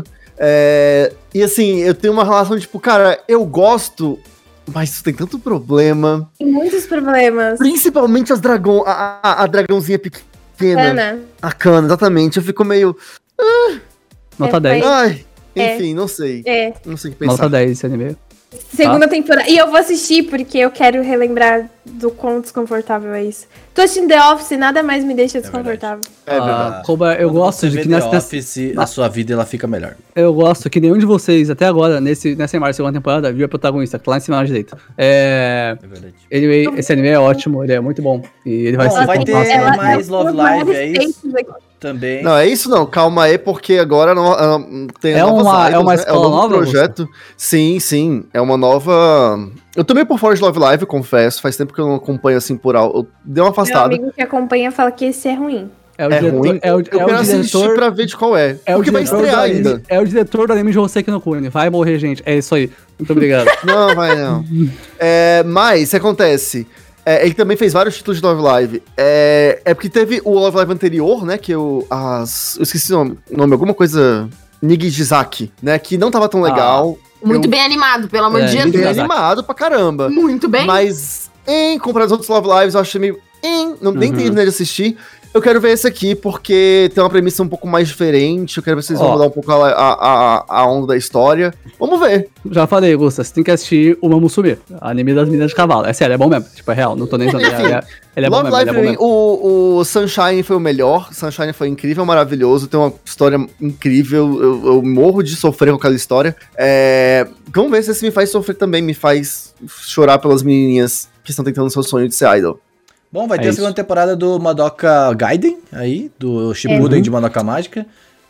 E assim, eu tenho uma relação, tipo, cara, eu gosto, mas isso tem tanto problema. Tem muitos problemas. Principalmente a dragãozinha pequena. A Kana, exatamente. Eu fico meio... Nota 10. Ai, enfim, não sei. Não sei o que pensar. Nota 10 esse anime. Segunda temporada. E eu vou assistir porque eu quero relembrar do quão desconfortável é isso. Tô assistindo The Office, nada mais me deixa desconfortável. É verdade. Eu gosto de que nessa Office, a sua vida ela fica melhor. Eu gosto que nenhum de vocês, até agora, nessa segunda temporada, viu a protagonista, que tá lá em cima na direita. É verdade. Esse anime é ótimo, ele é muito bom. E ele vai ser... Vai ter mais Love Live, é isso? Também. Não, é isso não. Calma aí, porque agora tem uma escola nova? Projeto. Sim. É uma nova... Eu tô meio por fora de Love Live, confesso. Faz tempo que eu não acompanho assim por alto. Eu dei uma afastada. Meu amigo que acompanha fala que esse é ruim. Ruim? Eu quero assistir pra ver de qual é. Porque vai estrear ainda. É o diretor do anime de Hoseki no Kune. Vai morrer, gente. É isso aí. Muito obrigado. Não, vai não. Mas, o que acontece? Ele também fez vários títulos de Love Live. É porque teve o Love Live anterior, né? Que eu esqueci o nome. Alguma coisa... Nigizaki, né? Que não tava tão legal. Muito bem animado, pelo amor de Deus. Bem animado pra caramba. Muito bem. Mas, comparado aos outros Love Lives, eu achei meio... nem terminei de assistir. Eu quero ver esse aqui, porque tem uma premissa um pouco mais diferente. Eu quero ver se eles vão mudar um pouco a onda da história. Vamos ver. Já falei, Gusta, você tem que assistir o Mamusume, anime das meninas de cavalo. É sério, é bom mesmo. Tipo, é real, não tô nem dizendo. Ele é bom mesmo, ele é bom mesmo. O Sunshine foi o melhor. Sunshine foi incrível, maravilhoso. Tem uma história incrível. Eu morro de sofrer com aquela história. Vamos ver se esse me faz sofrer também. Me faz chorar pelas menininhas que estão tentando o seu sonho de ser idol. Bom, vai ter a segunda temporada do Madoka Gaiden, aí, do Shippuden de Madoka Mágica.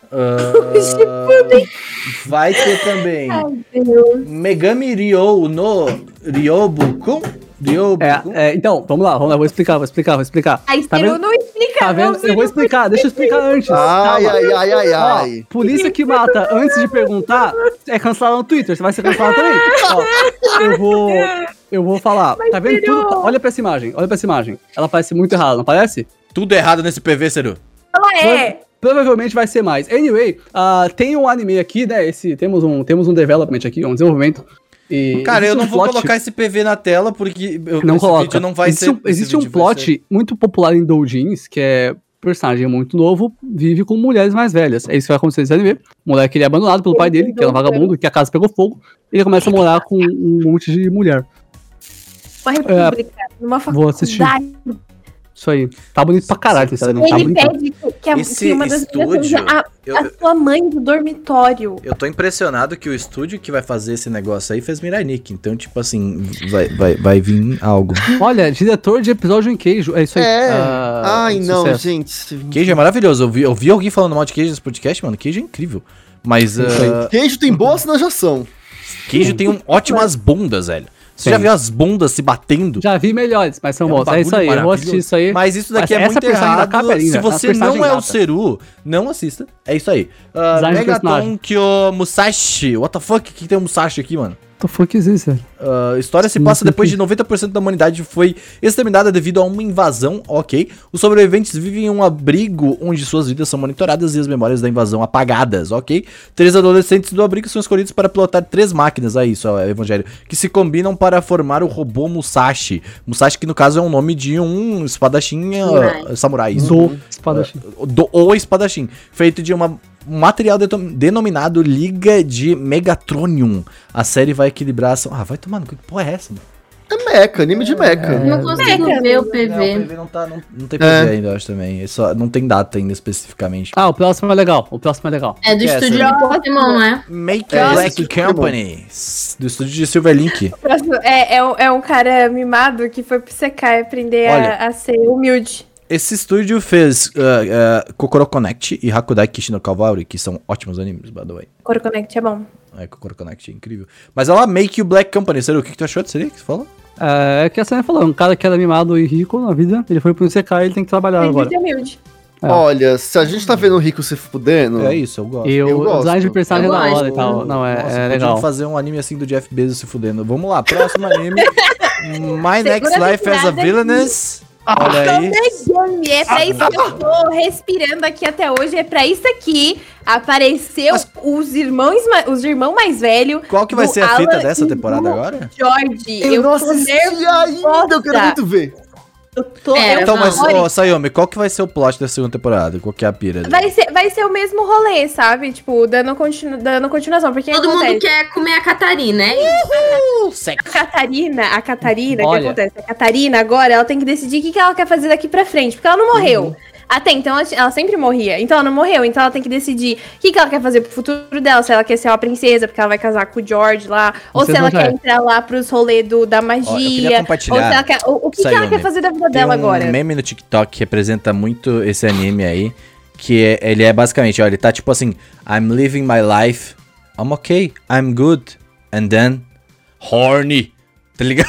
Vai ter também Megami Ryo no Ryobukun. Então, vamos lá, vou explicar. Aí tá vendo? Não explica, tá vendo? Eu vou explicar, deixa eu explicar antes. Ai. Polícia que mata antes de perguntar é cancelado no Twitter, você vai ser cancelado também. Eu vou falar, tá vendo tudo? Olha pra essa imagem, ela parece muito errada, não parece? Tudo errado nesse PV, Seru. Ela é. Provavelmente vai ser mais. Anyway, tem um anime aqui, né, temos um development aqui, um desenvolvimento. Cara, eu não vou colocar esse PV na tela porque vídeo não vai ser... Existe um plot muito popular em doujins, que é personagem muito novo, vive com mulheres mais velhas. É isso que vai acontecer nesse anime. O moleque ele é abandonado pelo pai dele, que é um vagabundo, que a casa pegou fogo, e ele começa a morar com um monte de mulher. Uma república, numa faculdade. Vou assistir. Isso aí. Tá bonito pra caralho, sinceramente. Ele pede que uma das meninas seja a sua mãe do dormitório. Eu tô impressionado que o estúdio que vai fazer esse negócio aí fez Mirai Nikki. Então, tipo assim, vai vir algo. Olha, diretor de episódio em Queijo. É isso aí. Ai, não, gente. Queijo é maravilhoso. Eu vi alguém falando mal de Queijo nesse podcast, mano. Queijo é incrível. Mas... Queijo tem boa sinalização. Queijo tem ótimas bundas, velho. Você já viu as bundas se batendo? Já vi melhores, mas são bons. É isso aí, eu vou assistir isso aí. Mas isso daqui é muito errado. Se você não é o Seru, não assista. É isso aí. Megaton Kyo Musashi. What the fuck? O que tem um Musashi aqui, mano? What the fuck is isso? A história se passa depois de 90% da humanidade foi exterminada devido a uma invasão, ok. Os sobreviventes vivem em um abrigo onde suas vidas são monitoradas e as memórias da invasão apagadas, ok. 3 adolescentes do abrigo são escolhidos para pilotar 3 máquinas, isso, Evangelho, que se combinam para formar o robô Musashi. Musashi que no caso é o nome de um espadachim samurai. Do espadachim. O espadachim, feito de um material denominado Liga de Megatronium. A série vai equilibrar ação. Vai tomar no cu, que porra é essa, mano? É mecha, anime de mecha. Não consigo ver o PV. Não, o PV não tem PV ainda, eu acho também. Não tem data ainda especificamente. O próximo é legal. É do estúdio de Pokémon, não é? Make Black Company. Do estúdio de Silverlink. É um cara mimado que foi pro Sekai aprender a ser humilde. Esse estúdio fez Kokoro Connect e Hakudai Kishi no Cavalry, que são ótimos animes, by the way. Kokoro Connect é bom. Kokoro Connect é incrível. Mas ela Make You Black Company, sério, o que tu achou disso aí que você falou? É que a Sânia falou, um cara que era mimado e rico na vida, ele foi pro CK e ele tem que trabalhar agora. Ele é humilde. Olha, se a gente tá vendo o rico se fudendo... É isso, eu gosto. O design de personagem é da hora e tal. Não, é legal. Vamos fazer um anime assim do Jeff Bezos se fudendo. Vamos lá, próximo anime. My Next Life as a Villainess... Olha aí. É pra isso que eu tô respirando aqui até hoje. É pra isso aqui. Apareceu os irmãos mais velhos. Qual que vai ser a fita dessa temporada agora? Jorge. Eu não assisti ainda, eu quero muito ver. Então, mas, Sayumi, qual que vai ser o plot da segunda temporada? Qual que é a pira? Vai ser o mesmo rolê, sabe? Tipo, dando continuação. Porque todo mundo quer comer a Catarina, né? A Catarina, o que acontece? A Catarina, agora, ela tem que decidir o que ela quer fazer daqui pra frente. Porque ela não morreu. Até então, ela sempre morria. Então, ela não morreu. Então, ela tem que decidir o que ela quer fazer pro futuro dela. Se ela quer ser uma princesa, porque ela vai casar com o George lá. Ou se ela quer entrar lá pros rolês da magia. Ou se ela quer... O que ela quer fazer da vida dela agora? Tem um meme no TikTok que representa muito esse anime aí. Que ele é basicamente, ele tá tipo assim... I'm living my life. I'm okay. I'm good. And then... Horny. Tá ligado?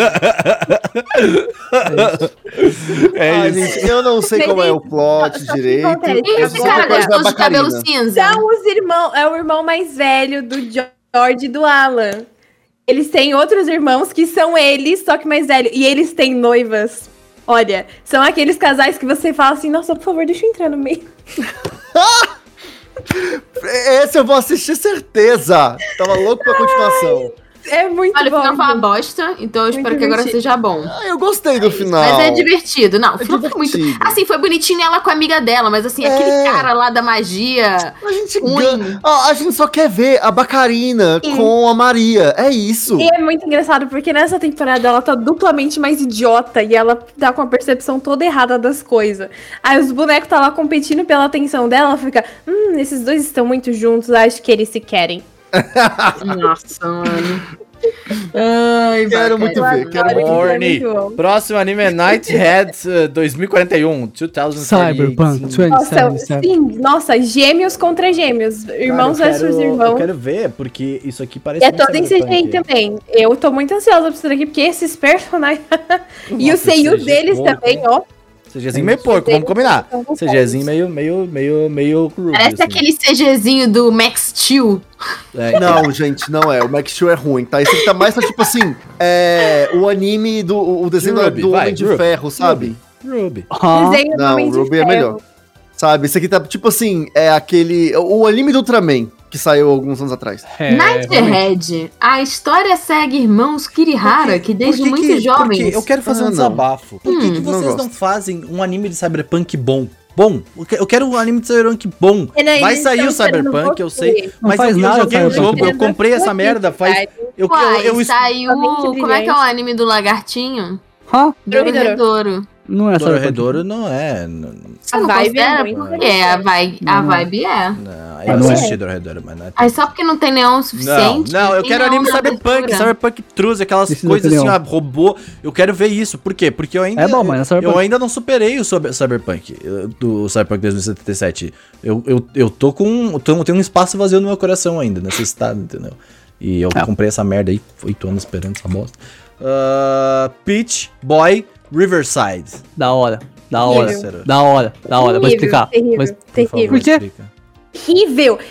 Gente, eu não sei como é o plot direito. Esse cara gostoso de cabelo cinza. É o irmão mais velho do George e do Alan. Eles têm outros irmãos que são eles, só que mais velhos. E eles têm noivas. Olha, são aqueles casais que você fala assim, nossa, por favor, deixa eu entrar no meio. Esse eu vou assistir, certeza. Tava louco pra continuação. É muito bom. Olha, o final foi uma bosta, então eu espero que agora seja bom. Eu gostei do final. Mas é divertido. Não, o final foi muito... Assim, foi bonitinho ela com a amiga dela, mas assim, aquele cara lá da magia... A gente só quer ver a Bacarina com a Maria. É isso. E é muito engraçado, porque nessa temporada ela tá duplamente mais idiota e ela tá com a percepção toda errada das coisas. Aí os bonecos tá lá competindo pela atenção dela, ela fica... esses dois estão muito juntos, acho que eles se querem. Nossa, mano. Quero muito ver. Próximo anime é Nighthead 2041. Cyberpunk 2077. Nossa, gêmeos contra gêmeos. Irmãos versus irmãos. Eu quero ver, porque isso aqui parece. É todo em CGI também. Eu tô muito ansiosa pra isso daqui, porque esses personagens. E o seio deles também, ó. CGzinho meio porco, vamos combinar. CGzinho meio cru. Parece aquele CGzinho do Max Steel. Não, gente, não é. O Max Steel é ruim, tá? Esse aqui tá mais tipo assim, o anime o desenho do Homem de Ferro, sabe? Ruby. Não, o Ruby é melhor. Sabe? Esse aqui tá tipo assim, o anime do Ultraman, que saiu alguns anos atrás. Nighthead, a história segue irmãos Kirihara, que desde muito jovens... Porque eu quero fazer um desabafo. Por que vocês não fazem um anime de Cyberpunk bom? Eu quero um anime de Cyberpunk bom. Vai sair o Cyberpunk, eu sei. Mas eu joguei o jogo, eu comprei essa merda faz... Saiu... Como é que é o anime do lagartinho? Dororedoro. Não é Dororedoro, não é. A vibe é muito a vibe é. Não, eu não assisti Dororedoro, mas não é. Aí só porque não tem neon o suficiente. Não, eu quero anime Cyberpunk Truth, aquelas coisas assim, robô. Eu quero ver isso. Por quê? Porque eu ainda. Eu ainda não superei o Cyberpunk, do Cyberpunk 2077. Eu tô com. Tem um espaço vazio no meu coração ainda, nesse estado, entendeu? E eu comprei essa merda aí, 8 anos esperando essa bosta. Peach Boy Riverside. Da hora. Vou explicar. Terrível. Por quê? Horrível.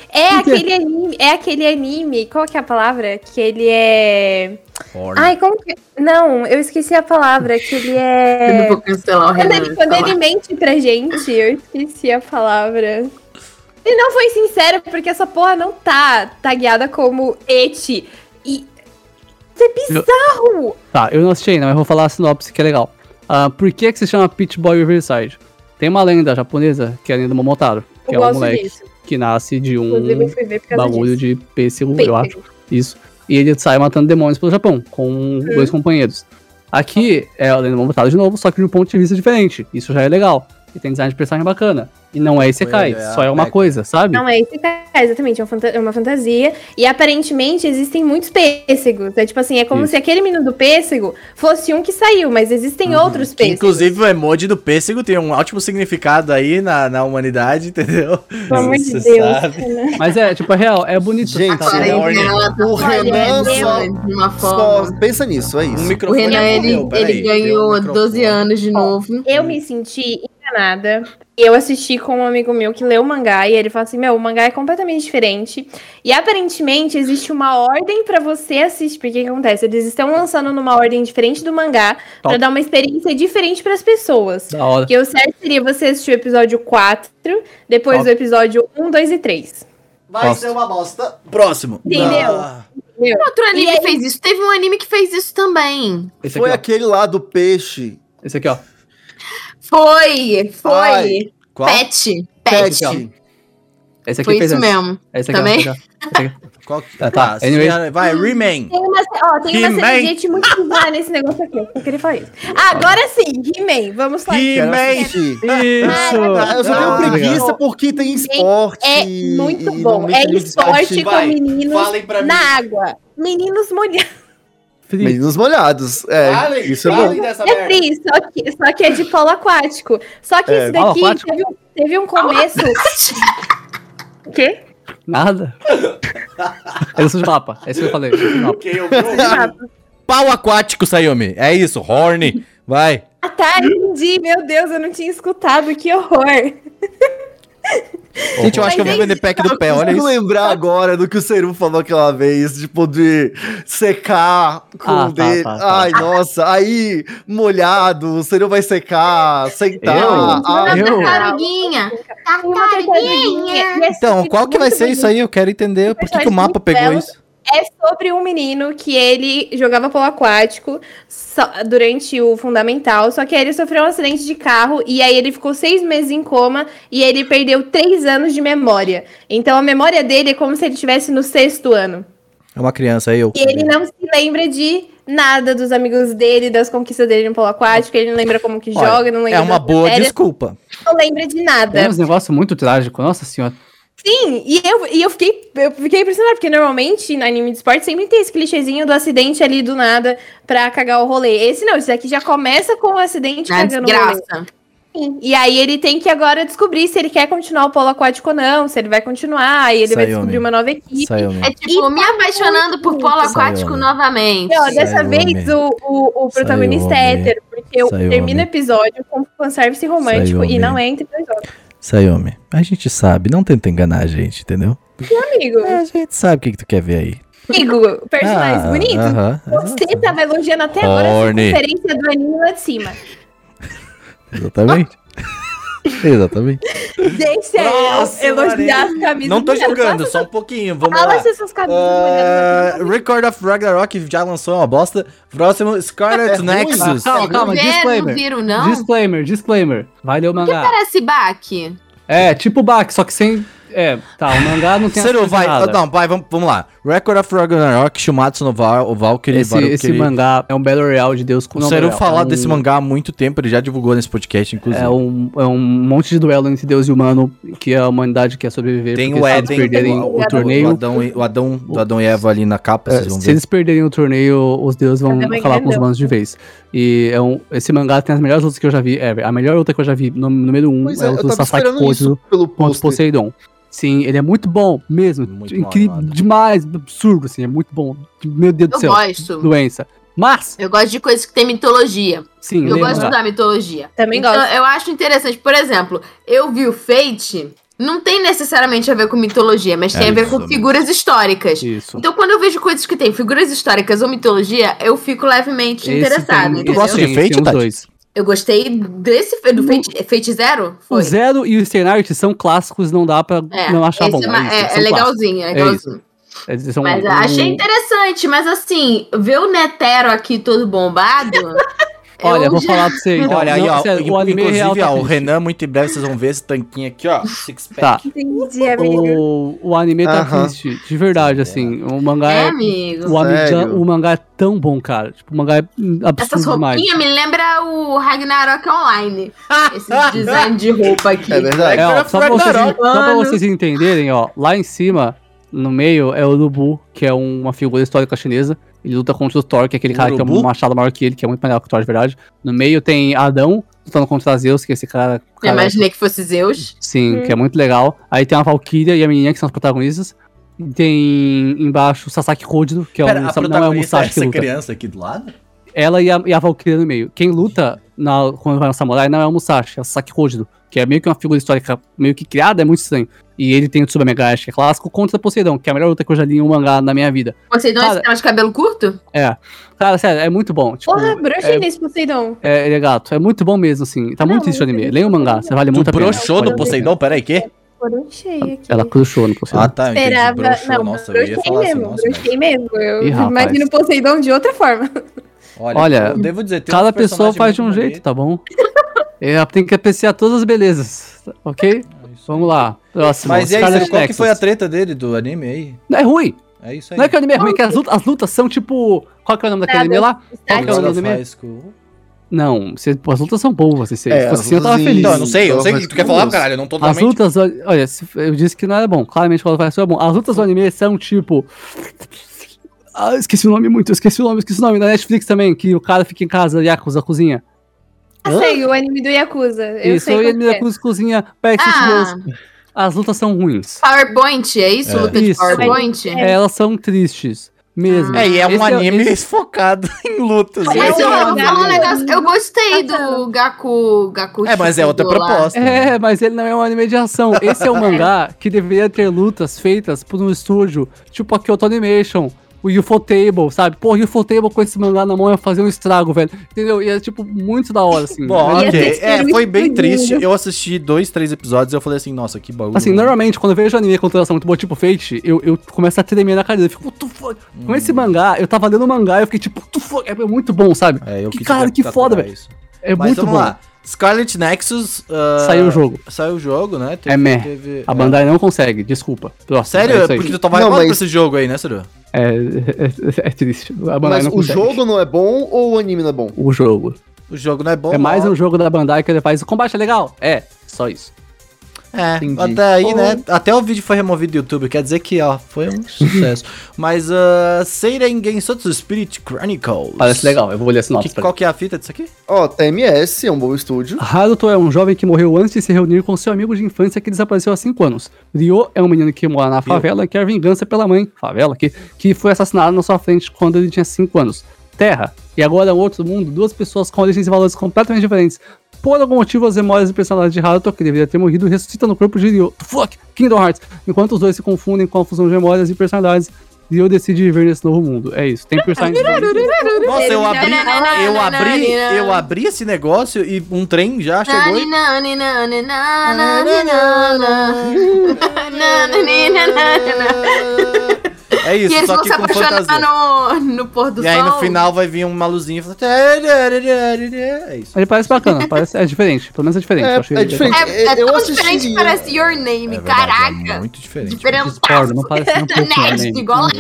É aquele anime. Qual que é a palavra? Que ele é... Ai, como que... Não, eu esqueci a palavra. Que ele é... Eu vou cancelar o Renan. Quando ele mente pra gente, eu esqueci a palavra. Ele não foi sincero, porque essa porra não tá tagueada como eti. E... Isso é bizarro! Eu não assisti ainda, mas vou falar a sinopse que é legal. Por que se chama Peach Boy Riverside? Tem uma lenda japonesa, que é a lenda do Momotaro, que é um moleque que nasce de um bagulho de pêssego, eu acho. Isso. E ele sai matando demônios pelo Japão, com 2 companheiros. Aqui é a lenda do Momotaro de novo, só que de um ponto de vista diferente. Isso já é legal. E tem design de personagem bacana. E não é Isekai, só é uma coisa, sabe? Não é Isekai, exatamente, é uma fantasia. E aparentemente existem muitos pêssegos. É tipo assim, é como se aquele menino do pêssego fosse um que saiu, mas existem outros pêssegos. Inclusive o emoji do pêssego tem um ótimo significado aí na humanidade, entendeu? Pelo amor de Deus. Mas tipo, é real, é bonito. Gente, o Renan só pensa nisso, é isso. O Renan, ele ganhou 12 anos de novo. Eu me senti enganada. Eu assisti com um amigo meu que leu o mangá e ele falou assim, o mangá é completamente diferente e aparentemente existe uma ordem pra você assistir, porque o que acontece? Eles estão lançando numa ordem diferente do mangá pra dar uma experiência diferente pras pessoas. Da hora. Que o certo seria você assistir o episódio 4, depois o episódio 1, 2 e 3. Vai ser uma bosta. Próximo. Entendeu? Outro anime fez isso. Teve um anime que fez isso também. Foi aquele lá do peixe. Esse aqui, ó. Foi. Qual? Pet. Esse aqui foi isso mesmo. Esse aqui também? Qual que tá? Anyway. Vai, He-Man. Tem uma gente muito bizarra nesse negócio aqui. Eu queria falar isso. Agora sim, He-Man. Vamos falar. He-Man. Isso. Eu só tenho preguiça porque tem esporte. É muito bom. É esporte com meninos na água. Meninos molhados. Meninos molhados. Isso é bom. É free, só que é de polo aquático. Só que isso daqui teve um começo... O quê? Nada. É isso de mapa. É isso que eu falei. Pau aquático, Sayumi. É isso, horny. Vai. Ah, tá, entendi. Meu Deus, eu não tinha escutado. Que horror. Gente, eu acho que eu vou vender pack do pé, olha isso. Eu lembrar agora do que o Seru falou aquela vez, tipo, de secar com o dele. Ai, nossa, aí, molhado, o Seru vai secar, sentar. Tartaruguinha. Então, qual que vai ser isso aí? Eu quero entender por que o mapa pegou isso. É sobre um menino que ele jogava polo aquático durante o fundamental, só que aí ele sofreu um acidente de carro e aí ele ficou 6 meses em coma e ele perdeu 3 anos de memória. Então a memória dele é como se ele estivesse no 6º ano. É uma criança, aí eu. E ele não se lembra de nada dos amigos dele, das conquistas dele no polo aquático, ele não lembra como que joga, não lembra. É uma boa desculpa. Não lembra de nada. É um negócio muito trágico, nossa senhora. Sim, e eu fiquei impressionada, porque normalmente no anime de esporte sempre tem esse clichêzinho do acidente ali do nada pra cagar o rolê. Esse não, esse aqui já começa com o acidente cagando o rolê. Sim, e aí ele tem que agora descobrir se ele quer continuar o polo aquático ou não, se ele vai continuar, aí ele vai descobrir uma nova equipe. É tipo, me apaixonando por polo aquático novamente. Não, dessa vez o protagonista é hétero, porque eu termino o episódio com fanservice romântico e não é entre 2 homens. Sayumi, a gente sabe, não tenta enganar a gente, entendeu? Meu amigo. A gente sabe o que tu quer ver aí. Amigo, personagens bonitos. Você tava elogiando até agora essa conferência do anime lá de cima. Exatamente. Exatamente. Deixa eu elogiar as camisas. Não tô jogando, só um pouquinho. Vamos lá. Essas camisas Record of Ragnarok já lançou uma bosta. Próximo, Scarlet Nexus. Calma, disclaimer. Vai ler o mangá. O que parece Baki? É, tipo Baki, só que sem... o mangá não tem Seru, vai, não, vai, vamos lá. Record of Ragnarok, Shumatsu no Valkyrie. Esse mangá é um Battle Royale de Deus com o Seru falar desse mangá há muito tempo, ele já divulgou nesse podcast, inclusive. É um monte de duelo entre Deus e humano, que a humanidade quer sobreviver. Tem o Eden, se eles perderem o torneio... O Adão e Eva ali na capa, vocês vão ver. Se eles perderem o torneio, os deuses vão acabar com os humanos de vez. E esse mangá tem as melhores lutas que eu já vi ever. A melhor luta que eu já vi, número 1, é o do Sasaki Kojo contra Poseidon. Sim, ele é muito bom mesmo. Muito incrível demais, absurdo, assim, é muito bom. Meu Deus do céu. Eu gosto. Doença. Mas... eu gosto de coisas que tem mitologia. Sim, eu gosto de estudar mitologia. Também então, gosto. Eu acho interessante. Por exemplo, eu vi o Fate... não tem necessariamente a ver com mitologia, mas tem a ver com figuras históricas. Isso. Então, quando eu vejo coisas que tem figuras históricas ou mitologia, eu fico levemente interessado. Tu gosta de Fate, Tati? Eu gostei do Fate Zero. Foi. O Zero e o Sternart são clássicos, não dá pra não achar bom. É legalzinho, é legalzinho. Mas achei interessante, mas assim, ver o Netero aqui todo bombado... Olha, vou falar pra você. Então, olha aí, ó. Sério, o anime inclusive, real tá o Renan, muito em breve, vocês vão ver esse tanquinho aqui, ó. Six pack. Tá. Entendi, amigo. O anime tá triste, de verdade, assim. O mangá é. Amigo. O mangá é tão bom, cara. Tipo, o mangá é absurdo essas demais. Essas roupinhas me lembra o Ragnarok Online. Esse design de roupa aqui. É verdade. Só pra vocês entenderem, ó. Lá em cima, no meio, é o Lubu, que é uma figura histórica chinesa. Ele luta contra o Thor, que é aquele cara que tem um machado maior que ele, que é muito melhor que o Thor, de verdade. No meio tem Adão, lutando contra Zeus, que é esse cara... Eu imaginei que fosse Zeus. Sim, que é muito legal. Aí tem a Valkyria e a menininha, que são os protagonistas. E tem embaixo o Sasaki Kojido, que não é o Musashi que luta. Criança aqui do lado? Ela e a Valkyria no meio. Quem luta quando vai no Samurai não é o Musashi, é o Sasaki Kojido, que é meio que uma figura histórica meio que criada, é muito estranho. E ele tem o Tsubame Megash, que é clássico, contra Poseidon, que é a melhor luta que eu já li em um mangá na minha vida. Poseidon é esse de cabelo curto? É. Cara, sério, é muito bom. Tipo, porra, brochei nesse Poseidon. Ele é gato. É muito bom mesmo, assim. Tá muito triste o anime. Leia o mangá, você vale muito a pena. Tu brochou no Poseidon? Peraí, quê? Brochei aqui. Ela crushou no Poseidon. Ah, tá. Esperava. Não, nossa, eu ia falar mesmo, assim, brochei mesmo. Eu rapaz. imagino o Poseidon de outra forma. Olha, eu devo dizer, cada pessoa faz de um jeito, tá bom? Ela tem que apreciar todas as belezas, ok? Vamos lá, próximo. Mas e aí, qual que foi a treta dele do anime aí? Não é ruim. É isso aí. Não é que o anime é ruim, é que as lutas são tipo... Qual que é o nome daquele anime lá? Qual que é o nome do anime? Não, as lutas são boas. Se fosse assim, eu tava feliz. Não, eu não sei o que tu quer falar, caralho. Eu não tô totalmente... As lutas, olha, eu disse que não era bom. Claramente, quando eu falei, é bom. As lutas do anime são tipo... esqueci o nome. Na Netflix também, que o cara fica em casa, Yakuza, cozinha. Sei, o anime do Yakuza. Isso, o anime do Yakuza cozinha, as lutas são ruins. PowerPoint, é isso? Luta de PowerPoint? Elas são tristes. Mesmo. E é um anime focado em lutas. Eu gostei do Gaku. Mas é outra proposta. Mas ele não é um anime de ação. Esse é um mangá que deveria ter lutas feitas por um estúdio, tipo a Kyoto Animation, o Ufotable, sabe? Pô, o Ufotable com esse mangá na mão ia fazer um estrago, velho. Entendeu? E é, tipo, muito da hora, assim. Bom, foi bem triste. Eu assisti 2, 3 episódios e eu falei assim, nossa, que bagulho. Assim, normalmente, quando eu vejo anime com tradução muito boa, tipo Fate, eu começo a tremer na cadeira. Eu fico, what the fuck? Com esse mangá, eu tava lendo o mangá e eu fiquei tipo, what the fuck? É muito bom, sabe? Que foda, velho. É muito bom. Lá. Scarlet Nexus... Saiu o jogo. Saiu o jogo, né? A Bandai não consegue, desculpa. Sério? Porque tu tava hypado pra esse jogo aí, né, Saru? É triste. Mas o jogo não é bom ou o anime não é bom? O jogo. O jogo não é bom. É mais um jogo da Bandai que ele faz. O combate é legal? Só isso. Entendi. Até aí, né? Até o vídeo foi removido do YouTube, quer dizer que, foi um sucesso. Mas, Seiren Gensotsu Spirit Chronicles. Parece legal, eu vou ler a sinopse. Qual que é a fita disso aqui? TMS, é um bom estúdio. Haruto é um jovem que morreu antes de se reunir com seu amigo de infância que desapareceu há 5 anos. Ryo é um menino que mora na favela e quer vingança pela mãe, que foi assassinada na sua frente quando ele tinha 5 anos. Terra, e agora outro mundo, 2 pessoas com origens e valores completamente diferentes. Por algum motivo, as memórias e personalidade de Haruto, que deveria ter morrido, ressuscitam no corpo de Ryo. Kingdom Hearts. Enquanto os dois se confundem com a fusão de memórias e personalidades, Ryo decide viver nesse novo mundo. É isso. Tem personagens... Nossa, eu abri esse negócio e um trem já chegou e... É isso, e eles vão se apaixonar no pôr do sol. E aí no final vai vir uma luzinha e fala... É isso. Ele parece bacana, é diferente. Pelo menos é diferente. É diferente. É tão diferente que parece Your Name, caraca. É muito diferente. Discordo, não parece nem um pouco Your Name. Igual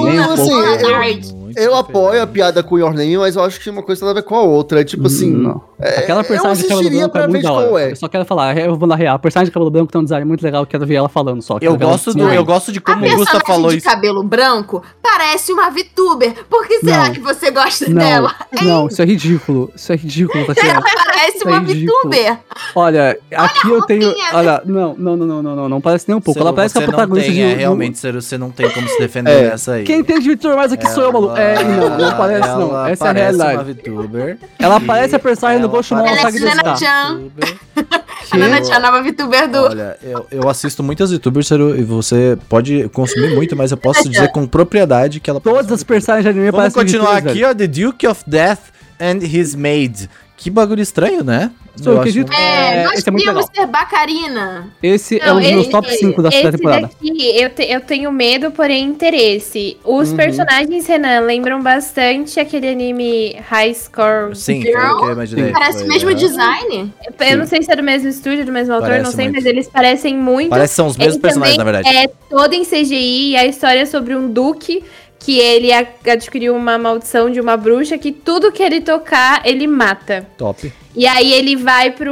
eu apoio a piada com Your Name, mas eu acho que uma coisa tem a ver com a outra. É tipo assim... Não. Aquela personagem de cabelo branco é muito da hora. Eu só quero falar, eu vou na real. A personagem de cabelo branco tem um design muito legal, quero ver ela falando só. Eu gosto de como o Gusta falou isso. Cabelo branco parece uma VTuber. Por que será que você gosta dela? Não, isso é ridículo. Tatiana. Ela parece uma VTuber. Olha, aqui eu tenho... Olha, não parece nem um pouco. Ela parece a protagonista de... Realmente, você não tem como se defender essa aí. Quem entende VTuber mais aqui sou eu, maluco. Não parece não. Essa é a realidade. Uma VTuber. Ela parece a personagem do Goshimon Saga desse Nana-chan. Nana-chan, a nova VTuber do... Olha, eu assisto muitas VTubers, e você pode consumir muito, mas eu posso dizer com propriedade que ela... Todas as personagens de anime parecem VTubers. Vamos continuar aqui, ó. The Duke of Death and His Maid. Que bagulho estranho, né? Nós queríamos ser Bacarina. Esse é um dos meus top 5 da temporada. Eu tenho medo, porém interesse. Os personagens, Renan, lembram bastante aquele anime High Score Girl. Que eu imaginei. Parece o mesmo design. Eu não sei se é do mesmo estúdio, do mesmo autor, não sei, mas eles parecem muito. Parece que são os mesmos personagens, na verdade. É todo em CGI, e a história é sobre um duque que ele adquiriu uma maldição de uma bruxa que tudo que ele tocar, ele mata. Top. E aí ele vai pra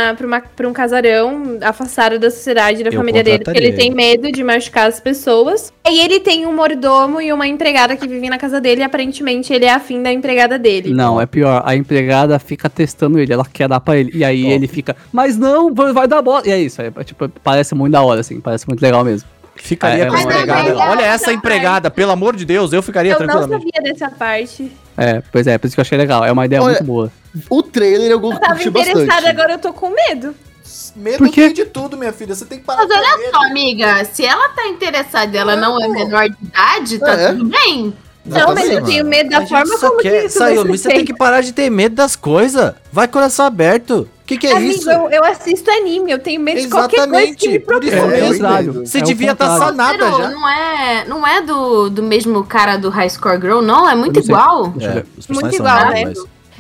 um casarão afastado da sociedade, da família dele, porque ele tem medo de machucar as pessoas. E ele tem um mordomo e uma empregada que vivem na casa dele e aparentemente ele é afim da empregada dele. Não, é pior. A empregada fica testando ele, ela quer dar pra ele. E aí ele fica, mas não, vai dar bola. E é isso, tipo, parece muito da hora, assim, parece muito legal mesmo. Ficaria com a empregada. Olha essa empregada, pelo amor de Deus, eu ficaria tranquilamente. Eu não sabia dessa parte. Pois é, por isso que eu achei legal. É uma ideia muito boa. O trailer eu curti bastante. Interessada, agora eu tô com medo. Medo tem de tudo, minha filha. Você tem que parar. Mas olha só, amiga, se ela tá interessada e ela não é menor de idade, tá tudo bem. Não, mas eu tenho medo da forma como que isso vai ser. Você tem que parar de ter medo das coisas. Vai com o coração aberto. O que é isso? Eu assisto anime, eu tenho medo de qualquer coisa que me mesmo. Você devia estar sanada já. Não é do mesmo cara do High Score Girl, não? É muito igual. Muito igual, né?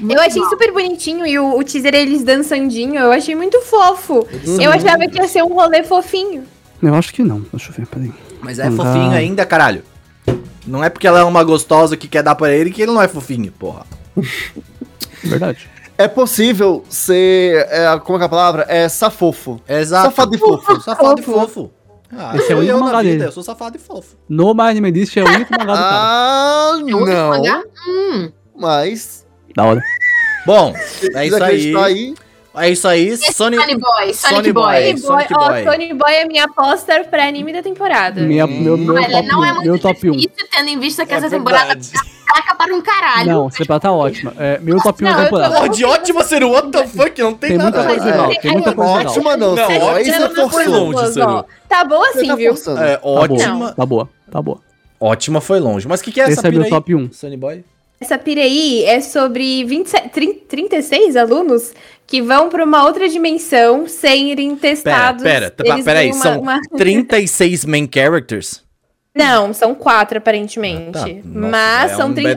Eu achei super bonitinho e o teaser eles dançandinho, eu achei muito fofo. Eu achava que ia ser um rolê fofinho. Eu acho que não, deixa eu ver, peraí. Mas é fofinho ainda, caralho. Não é porque ela é uma gostosa que quer dar pra ele que ele não é fofinho, porra. Verdade. É possível ser, como é que é a palavra? É safofo. Exato. Safado e fofo. Safado e fofo. Esse é o único mangá dele. Eu sou safado e fofo. No My Anime List é o único mangá do cara. Não. Mas... Da hora. Bom, é isso aí. É isso aí, Sonic Boy. Sonic Boy, é minha aposta pra anime da temporada. Meu top 1. Tendo em vista que essa temporada taca para um caralho. Não, essa temporada tá ótima. Meu top 1 da temporada. Porra, de ótima ser o what the fuck, não tem nada. Muita coisa legal, tem muita coisa legal. Ótima não, ótima foi longe, Seru. Tá boa assim, viu? É, ótima. Tá boa. Ótima foi longe. Mas o que é essa pira aí? Esse é meu top 1. Sunny Boy? Essa pira aí é sobre 36 alunos que vão pra uma outra dimensão sem irem testados. Peraí, são 36 main characters? Não, são 4 aparentemente. Nossa, mas são 30.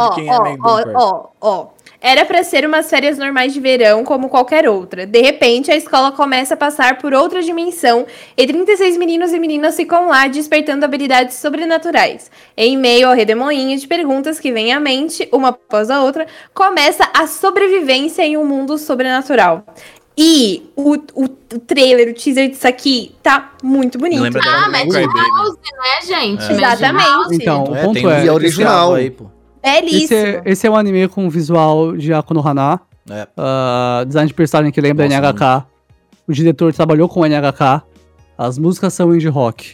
Era pra ser umas férias normais de verão, como qualquer outra. De repente, a escola começa a passar por outra dimensão e 36 meninos e meninas ficam lá despertando habilidades sobrenaturais. Em meio ao redemoinho de perguntas que vem à mente, uma após a outra, começa a sobrevivência em um mundo sobrenatural. E o trailer, o teaser disso aqui, tá muito bonito. Mas é House, né, gente? Exatamente. Então, o ponto é original aí, pô. Belíssimo. Esse é um anime com visual de Akonohana. Design de personagem que lembra NHK. O diretor trabalhou com NHK. As músicas são indie rock.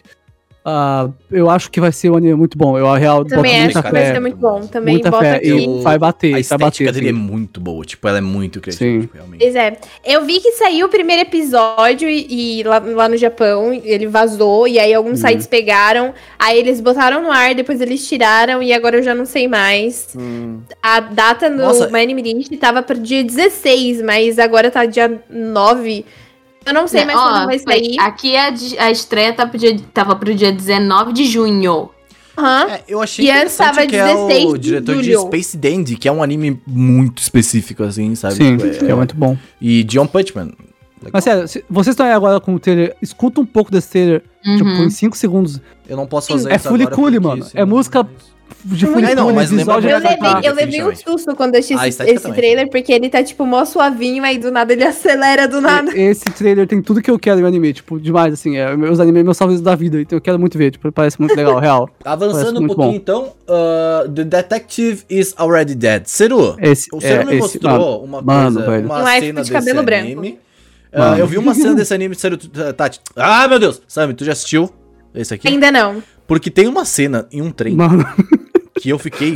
Eu acho que vai ser um anime muito bom. Eu real também acho que vai ser muito bom. Também muita bota fé. aqui. E vai bater. A estética dele assim. é muito boa. Tipo, ela é muito criativa, tipo, realmente. Pois é. Eu vi que saiu o primeiro episódio e lá no Japão ele vazou. E aí alguns sites pegaram. Aí eles botaram no ar, depois eles tiraram. E agora eu já não sei mais. A data no My Anime List tava pro dia 16, mas agora tá dia 9. Eu não sei mais quando vai sair. Aqui a estreia tava pro dia 19 de junho. Eu achei interessante que é o diretor de Space Dandy, que é um anime muito específico, assim, sabe? Sim, é muito bom. E John Punchman. Legal. Mas sério, vocês estão aí agora com o trailer, escuta um pouco desse trailer, tipo, em 5 segundos. Eu não posso fazer isso agora. É Fuliculi, mano. É música... de mas eu levei um susto quando eu assisti esse trailer, porque ele tá, tipo, mó suavinho, aí do nada ele acelera do nada. Esse trailer tem tudo que eu quero em anime, tipo, demais, assim, meus animes, meus salves da vida, então eu quero muito ver, tipo, parece muito legal, real. Avançando um pouquinho, então, The Detective is Already Dead. Seru, o Seru me mostrou uma cena de cabelo desse anime. Eu vi uma cena desse anime, Seru, Tati. Ah, meu Deus! Sammy, tu já assistiu esse aqui? Ainda não. Porque tem uma cena em um trem... Mano... que eu fiquei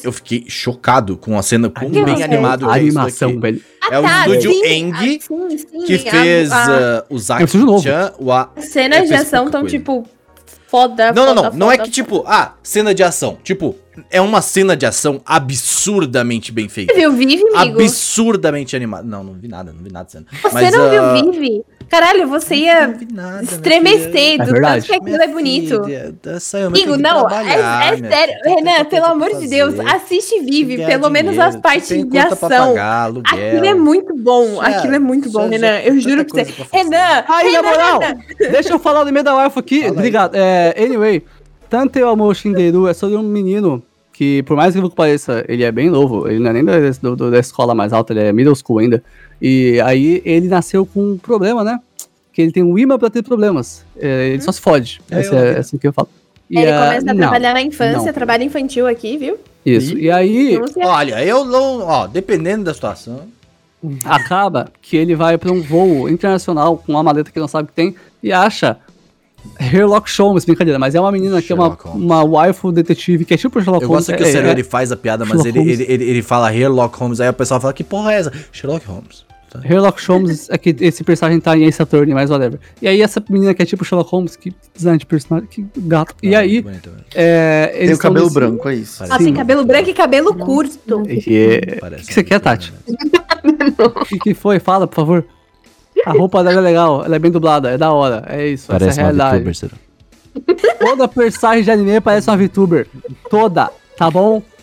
chocado com a cena, com bem animado a animação, velho. É o estúdio Eng, que fez o Zaki-chan. As cenas de ação tão, tipo, foda. Não é que, tipo, cena de ação. Tipo, é uma cena de ação absurdamente bem feita. Você viu Vive, amigo? Absurdamente animada. Não vi nada cena. Você não viu Vive? Caralho, você ia estremecer do tanto que aquilo é bonito. Amigo, não, é sério. Renan, pelo amor de Deus, assiste Vive, pelo menos as partes de ação. Aquilo é muito bom, Renan. Eu juro pra você. Renan, na moral, deixa eu falar do meio da waifu aqui. Obrigado. Anyway, Tante Amo Shinderu é sobre um menino que, por mais que pareça, ele é bem novo. Ele não é nem da escola mais alta, ele é middle school ainda. E aí ele nasceu com um problema, né? Que ele tem um imã pra ter problemas. Ele só se fode. É assim que eu falo. E ele começa a trabalhar na infância, trabalho infantil aqui, viu? Isso. E aí... Olha, eu não... dependendo da situação... Acaba que ele vai pra um voo internacional com uma maleta que ele não sabe que tem e acha... Sherlock Holmes, brincadeira, mas é uma menina que é uma waifu detetive, que é tipo Sherlock Holmes. Eu gosto que o Seru ele faz a piada, mas ele fala Sherlock Holmes, aí o pessoal fala, que porra é essa? Sherlock Holmes. Sherlock Holmes é que esse personagem tá em Ace Attorney, mas whatever. E aí essa menina que é tipo Sherlock Holmes, que design de personagem, que gato. E aí... tem o cabelo branco, é isso. Nossa, tem cabelo branco e cabelo curto. O que você quer, Tati? O que foi? Fala, por favor. A roupa dela é legal, ela é bem dublada, é da hora, é isso, parece essa é a realidade. VTuber, Toda personagem de anime parece uma VTuber, toda, tá bom?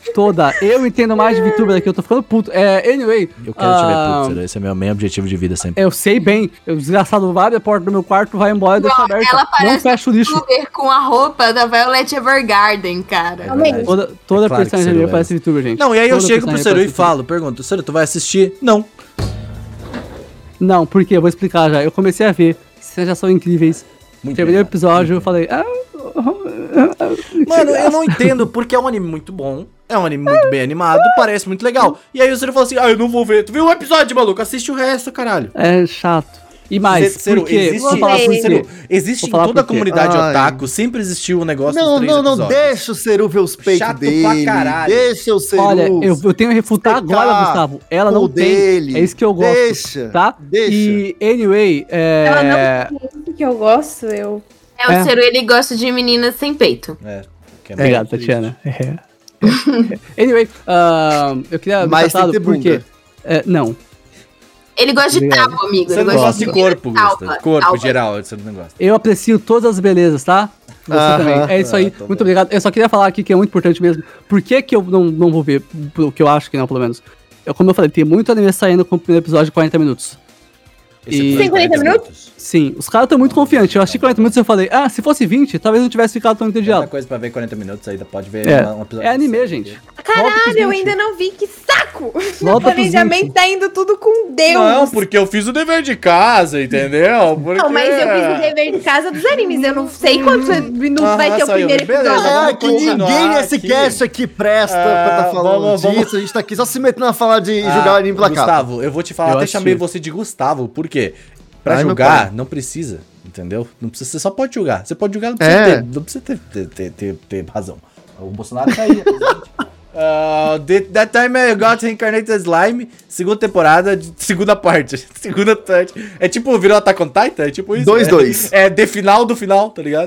toda. Eu entendo mais de VTuber aqui, eu tô ficando puto. Anyway. Eu quero te ver puto, esse é meu main objetivo de vida sempre. Eu sei bem. O desgraçado vai abrir a porta do meu quarto, vai embora e deixa aberta. Ela parece não fecha o lixo. VTuber com a roupa da Violet Evergarden, cara. Toda personagem minha parece VTuber, gente. Não, e aí eu chego pro Seru e falo, pergunto, Seru, tu vai assistir? Não. Não, por quê? Eu vou explicar já. Eu comecei a ver. Cenas já são incríveis. Terminei o episódio, eu falei... Mano, eu não entendo, porque é um anime muito bom, é um anime muito bem animado, parece muito legal. E aí o Seru falou assim, eu não vou ver. Tu viu um episódio, maluco? Assiste o resto, caralho. É chato. E mais, existe em toda a comunidade otaku, sempre existiu um negócio dos 3 episódios. Não, deixa o Seru ver os peitos dele. Pra caralho. Deixa o Seru. Olha, eu tenho que refutar agora, Gustavo. Ela não tem. É isso que eu gosto. Deixa, tá? Deixa. E, anyway, Ela não tem isso que eu gosto, o Seru, ele gosta de meninas sem peito. Obrigado, Tatiana. Anyway, eu queria... Mas tem que ter bunda. Não. Ele gosta de tapa, amigo. Você não gosta de corpo, Gusta. Corpo geral, você não gosta. Eu aprecio todas as belezas, tá? Você também. É isso aí. Muito obrigado. Eu só queria falar aqui que é muito importante mesmo. Por que eu não vou ver? O que eu acho que não, pelo menos. Como eu falei, tem muito anime saindo com o primeiro episódio de 40 minutos. Tem 40 minutos? Sim, os caras estão muito confiantes. Eu achei 40 minutos e eu falei, se fosse 20, talvez não tivesse ficado tão entediado. Muita coisa pra ver 40 minutos ainda, pode ver um episódio. É anime, gente. Caralho, eu ainda não vi, que saco! Meu planejamento tá indo tudo com Deus. Não, porque eu fiz o dever de casa, entendeu? Não, mas eu fiz o dever de casa dos animes. Eu não sei quantos minutos vai ter o primeiro episódio. Que ninguém nesse cast aqui presta pra tá falando disso. A gente tá aqui só se metendo a falar de jogar anime pela cara. Gustavo, eu vou te falar, até chamei você de Gustavo, por quê? Pra julgar, não precisa, entendeu? Não precisa, você só pode julgar. Você pode julgar, não precisa ter razão. O Bolsonaro tá aí. That Time I Got Reincarnated Slime, segunda temporada, segunda parte. É tipo, virou Attack on Titan? É tipo isso? 2-2. É de final do final, tá ligado?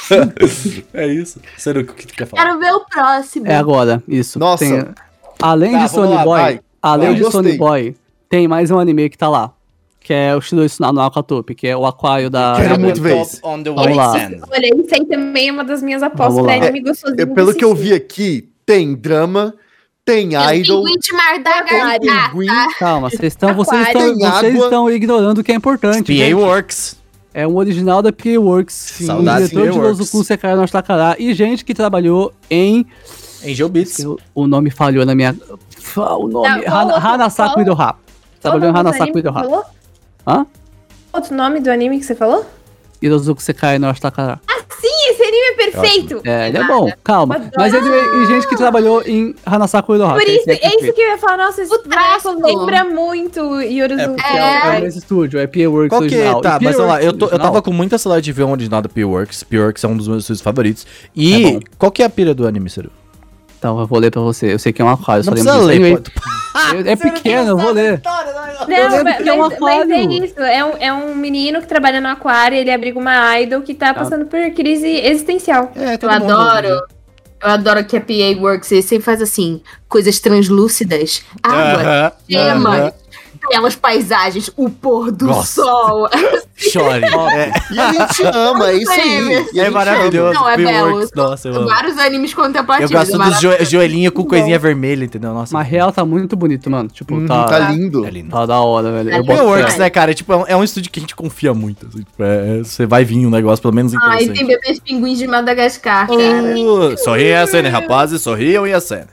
É isso. Sério, o que tu quer falar? Quero ver o próximo. É agora, isso. Nossa. Além de Sony Boy, Sony Boy, tem mais um anime que tá lá. Que é o Shiroi no Aquatope, que é o aquário da... Quero muito ver isso. Olha, isso aí também é uma das minhas apostas pra anime gostosinho. Pelo que eu vi aqui, tem drama, tem idol... Pinguim de Madagascar. Calma, vocês estão ignorando o que é importante. PA Works. É um original da PA Works. O diretor de Nozoku Sekai no Takara. E gente que trabalhou em... Angel Beats. O nome falhou na minha... O nome... Hanasaku Iroha. Trabalhou em Hanasaku Iroha. Hã? Outro nome do anime que você falou? Hirozuku Sekai no Takara. Sim, esse anime é perfeito! Ele é bom, calma. Mas e gente que trabalhou em Hanasaku Iroha. Por isso, é isso que eu ia falar. Nossa, esse traço lembra muito Hirozuku. É o mesmo estúdio, é PA Works original. Tá, mas olha lá, eu tava com muita saudade de ver um original da PA Works. PA Works é um dos meus estúdios favoritos. E qual que é a pira do anime, Seru? Então, eu vou ler pra você. Eu sei que é um aquário. Não precisa ler, É pequeno, eu vou ler. Não, mas é isso. É um menino que trabalha no aquário, ele abriga uma idol que tá passando por crise existencial. Eu adoro que a PA Works sempre faz assim, coisas translúcidas, água, gemas, belas paisagens, o pôr do sol. Chore. E a gente ama, é isso aí. É maravilhoso. Não, é belo. Nossa, eu amo. Vários animes contemplativos. Eu gosto dos joelhinhos com coisinha vermelha, entendeu? Nossa. Mas real tá muito bonito, mano. Tipo, tá lindo. Tá da hora, velho. PA Works, né, cara? Tipo, é um estúdio que a gente confia muito. Assim, você vai vir um negócio pelo menos interessante. E tem bebês pinguins de Madagascar, cara. Sorriam a cena, rapazes. Sorriam e a cena.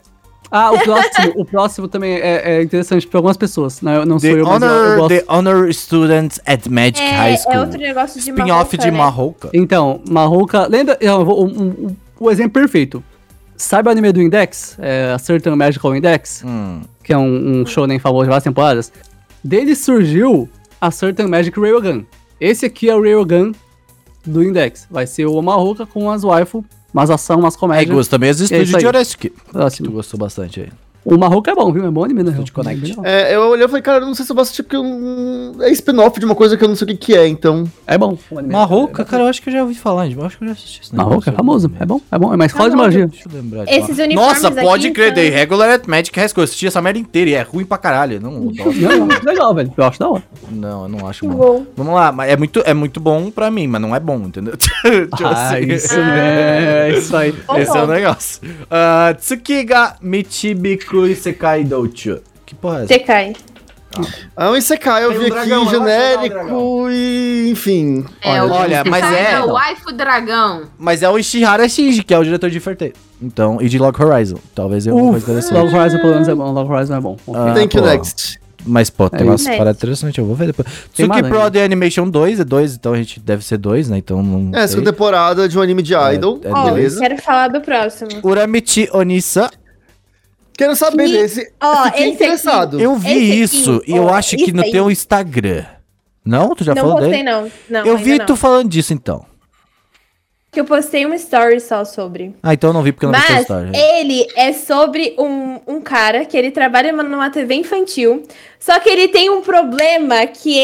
O próximo também é interessante pra algumas pessoas. Não sou eu, mas eu gosto. The Honor Students at Magic High School. É outro negócio de spin-off de Mahoka. Então, Mahoka... Lembra... O exemplo perfeito. Sabe o anime do Index? A Certain Magical Index? Que é um shonen famoso de várias temporadas. Dele surgiu a Certain Magic Railgun. Esse aqui é o Railgun do Index. Vai ser o Mahoka com as waifu, umas ação, umas comédias. Gosto também dos estúdios de Oresuki. Próximo. Tu gostou bastante aí. O Marroco é bom, viu? É bom anime, né? Eu olhei e falei, cara, eu não sei se eu vou assistir porque é spin-off de uma coisa que eu não sei o que é, então... É bom. Marroco, cara, eu acho que eu já ouvi falar. Eu acho que eu já assisti isso. Marroco é famoso, é bom. É uma escola de magia. Deixa eu lembrar. Esses uniformes Nossa, pode aqui, crer, The Regular Magic High School. Eu assisti essa merda inteira e é ruim pra caralho. Não, legal, velho. Eu acho da hora. Não, eu não acho bom. Vamos lá, mas é muito bom pra mim, mas não é bom, entendeu? Isso aí. Esse é o negócio. Tsukiga Michibiku Isekai Douchu. Que porra é essa? Isekai. É um Isekai, eu vi aqui genérico e... enfim. Olha, mas é... o waifu dragão. Mas é o Ishihara Shinji, que é o diretor de Fairy então, e de Log Horizon. Talvez eu coisa interessante. Log Horizon pelo menos é bom. Log Horizon é bom. Thank you, next. Mas, pô, tem umas paradas interessantes, eu vou ver depois. Tsuki Pro The Animation 2 é 2, então a gente deve ser 2, né? Então não. É, segunda temporada de um anime de idol. Beleza. Quero falar do próximo. Uramichi Onisa. Quero saber desse. Fiquei interessado. Eu vi isso e eu acho que no teu Instagram. Não? Tu já falou dele? Não, eu vi tu falando disso então. Que eu postei uma story só sobre. Então eu não vi porque eu não vi essa story. Ele é sobre um cara que ele trabalha numa TV infantil, só que ele tem um problema que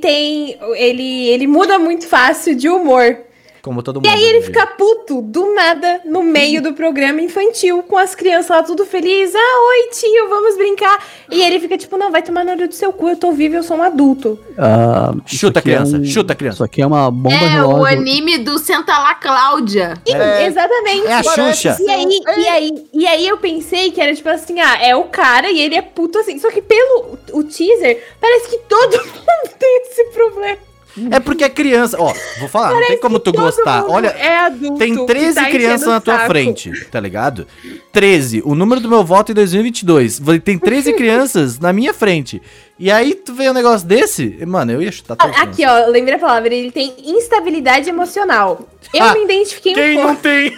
ele muda muito fácil de humor. Como todo mundo. E aí ele fica puto, do nada, no meio do programa infantil, com as crianças lá tudo feliz. Oi, tio, vamos brincar. E ele fica tipo, não, vai tomar no olho do seu cu, eu tô vivo, eu sou um adulto. Chuta a criança, chuta a criança. Isso aqui é uma bomba relógio. O anime do Senta lá, Cláudia. Exatamente. É a Xuxa. E aí eu pensei que era tipo assim, é o cara e ele é puto assim. Só que pelo o teaser, parece que todo mundo tem esse problema. É porque é criança. Ó, vou falar, não tem como tu gostar. Olha, tem 13 crianças na tua frente, tá ligado? 13. O número do meu voto em 2022. Tem 13 crianças na minha frente. E aí tu vê um negócio desse, mano, eu ia chutar tudo. Aqui, ó, lembrei a palavra, ele tem instabilidade emocional. Eu me identifiquei quem não tem?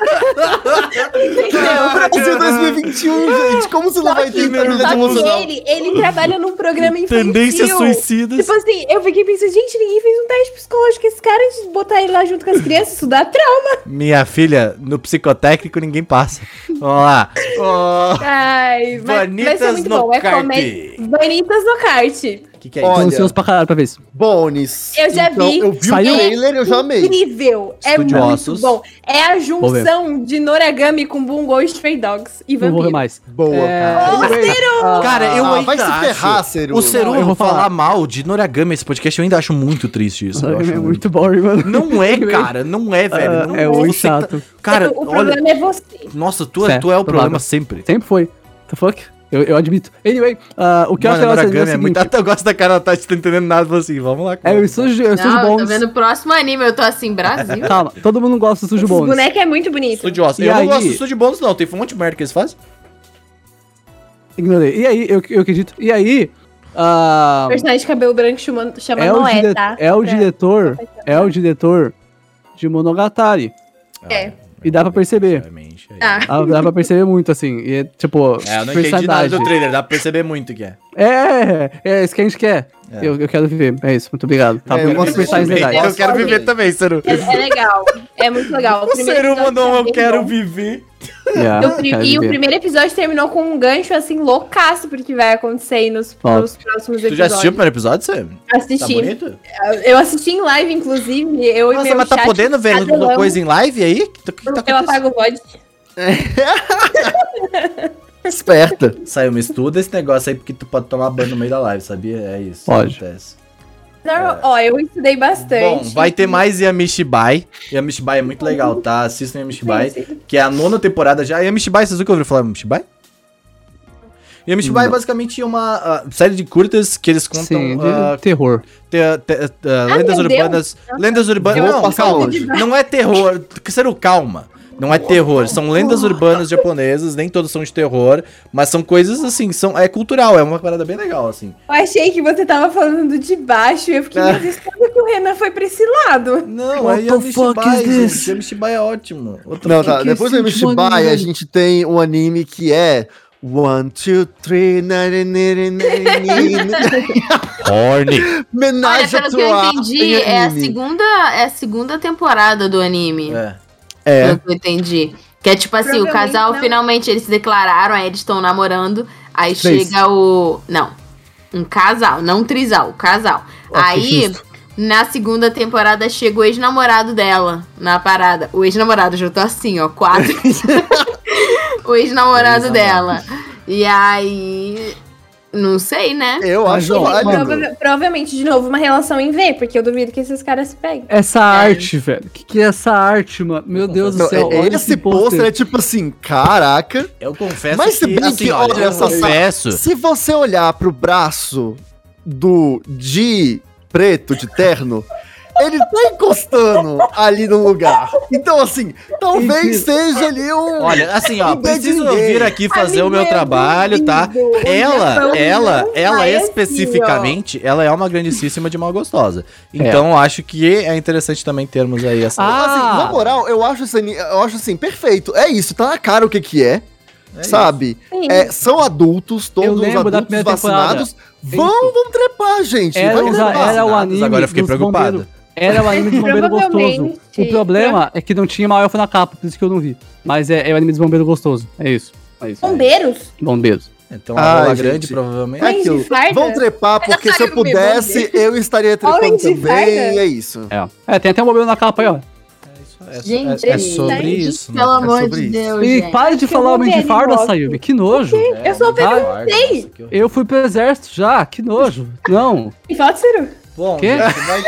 Brasil 2021, gente, como você não vai ter instabilidade emocional? Ele trabalha num programa infantil. Tendências suicidas. Tipo assim, eu fiquei pensando, gente, ninguém fez um teste psicológico. Esse cara, de botar ele lá junto com as crianças, isso dá trauma. Minha filha, no psicotécnico ninguém passa. Vamos lá. Ai, vai ser muito bom. Vanitas no kart. Que é isso? Tô ansioso pra caralho pra ver isso. Bones. Eu já vi. Eu vi o trailer, eu já amei. Incrível. É muito bom. É a junção de Noragami com Bungo e Stray Dogs e Vampiro. Não vou ver mais. Boa. Seru! Cara, eu ainda vai se ferrar, Seru. O Seru, eu vou falar mal de Noragami esse podcast, eu ainda acho muito triste isso. É muito boring, mano. Não é, cara. Não é, velho. É muito chato. Cara, o problema é você. Nossa, tu é o problema sempre. Sempre foi. The fuck? Eu admito. Anyway, o que eu acho que é muito. Eu gosto da cara da Tati, tá entendendo nada, assim, vamos lá. Eu sou de bons. Eu tô vendo o próximo anime, eu tô assim, Brasil. Calma, todo mundo gosta do Sujo Bons. Esse boneco é muito bonito. Eu não gosto do Sujo Bons, não. Tem um monte de merda que eles fazem. Ignorei. E aí, eu acredito. E aí... O personagem de cabelo branco chama Noé, tá? É o diretor de Monogatari. E dá pra perceber. Dá pra perceber muito, assim. E, tipo, eu não entendi nada do trailer, dá pra perceber muito que é. É isso que a gente quer. Eu quero viver. É isso, muito obrigado. Tá, eu quero viver também, Seru. É legal. É muito legal. O Seru mandou eu quero viver. O primeiro episódio terminou com um gancho, assim, loucaço pro que vai acontecer nos próximos episódios. Tu já assistiu o primeiro episódio, Sam? Assisti. Tá bonito? Eu assisti em live, inclusive. Nossa, mas tá podendo ver alguma coisa em live aí? Eu apago o VOD. Esperta. Saiu, me estuda esse negócio aí, porque tu pode tomar banho no meio da live, sabia? É isso. Pode. Eu estudei bastante. Bom, vai ter mais Yamishibai. Yamishibai é muito legal, tá? Assistam Yamishibai, que é a 9ª temporada já. Yamishibai, vocês nunca ouviram falar de Yamishibai? Yamishibai é basicamente uma série de curtas que eles contam... Sim, de terror. Lendas urbanas. Lendas urbanas... Não, calma. Não é terror. Calma. Não é terror, são lendas urbanas japonesas, nem todas são de terror, mas são coisas assim, é cultural, é uma parada bem legal, assim. Eu achei que você tava falando de baixo e eu fiquei, meu Deus, como que o Renan foi pra esse lado? Não, é Yamishibai, gente, Yamishibai é ótimo. Não, tá, depois do Yamishibai a gente tem um anime que é... 1, 2, 3, Horny. Olha, pelo que eu entendi, é a segunda temporada do anime. Pelo que eu entendi. Que é tipo assim, o casal finalmente eles se declararam, aí eles estão namorando, aí chega o... Não, um casal, não um trisal, casal. Aí, na segunda temporada, chega o ex-namorado dela na parada. O ex-namorado, já tô assim, ó, 4. O ex-namorado dela. E aí... Não sei, né? Eu acho provavelmente, de novo, uma relação em V, porque eu duvido que esses caras se peguem. Essa arte, velho. O que é essa arte, mano? Meu Deus do céu. Esse pôster é tipo assim, caraca. Eu confesso mas se bem assim, que, olha, eu confesso. Se você olhar pro braço do Di preto de terno, ele tá encostando ali no lugar. Então, assim, talvez seja ali um... Olha, assim, ó, preciso vir aqui fazer o meu trabalho, tá? Ela especificamente, ela é uma grandíssima de mal gostosa. Então, acho que é interessante também termos aí essa... Assim, na moral, eu acho assim, perfeito. É isso, tá na cara o que é. Sabe? São adultos, todos os adultos vacinados. Vamos trepar, gente. Era o anime. Agora eu fiquei preocupado. Era o anime de bombeiro gostoso. O problema é que não tinha uma elfa na capa, por isso que eu não vi. Mas é o anime de bombeiro gostoso. É isso. Bombeiros. Então a bola grande, provavelmente. É aquilo. Vamos trepar, porque se eu pudesse, eu estaria trepando também. E é isso. Tem até um bombeiro na capa aí, ó. Gente, é sobre isso. Pelo amor de Deus. E pare de falar Homem de Farda, Sayumi. Que nojo. Eu só perguntei. Eu fui pro exército já. Que nojo. Não. E foto, Ciro? Bom, vai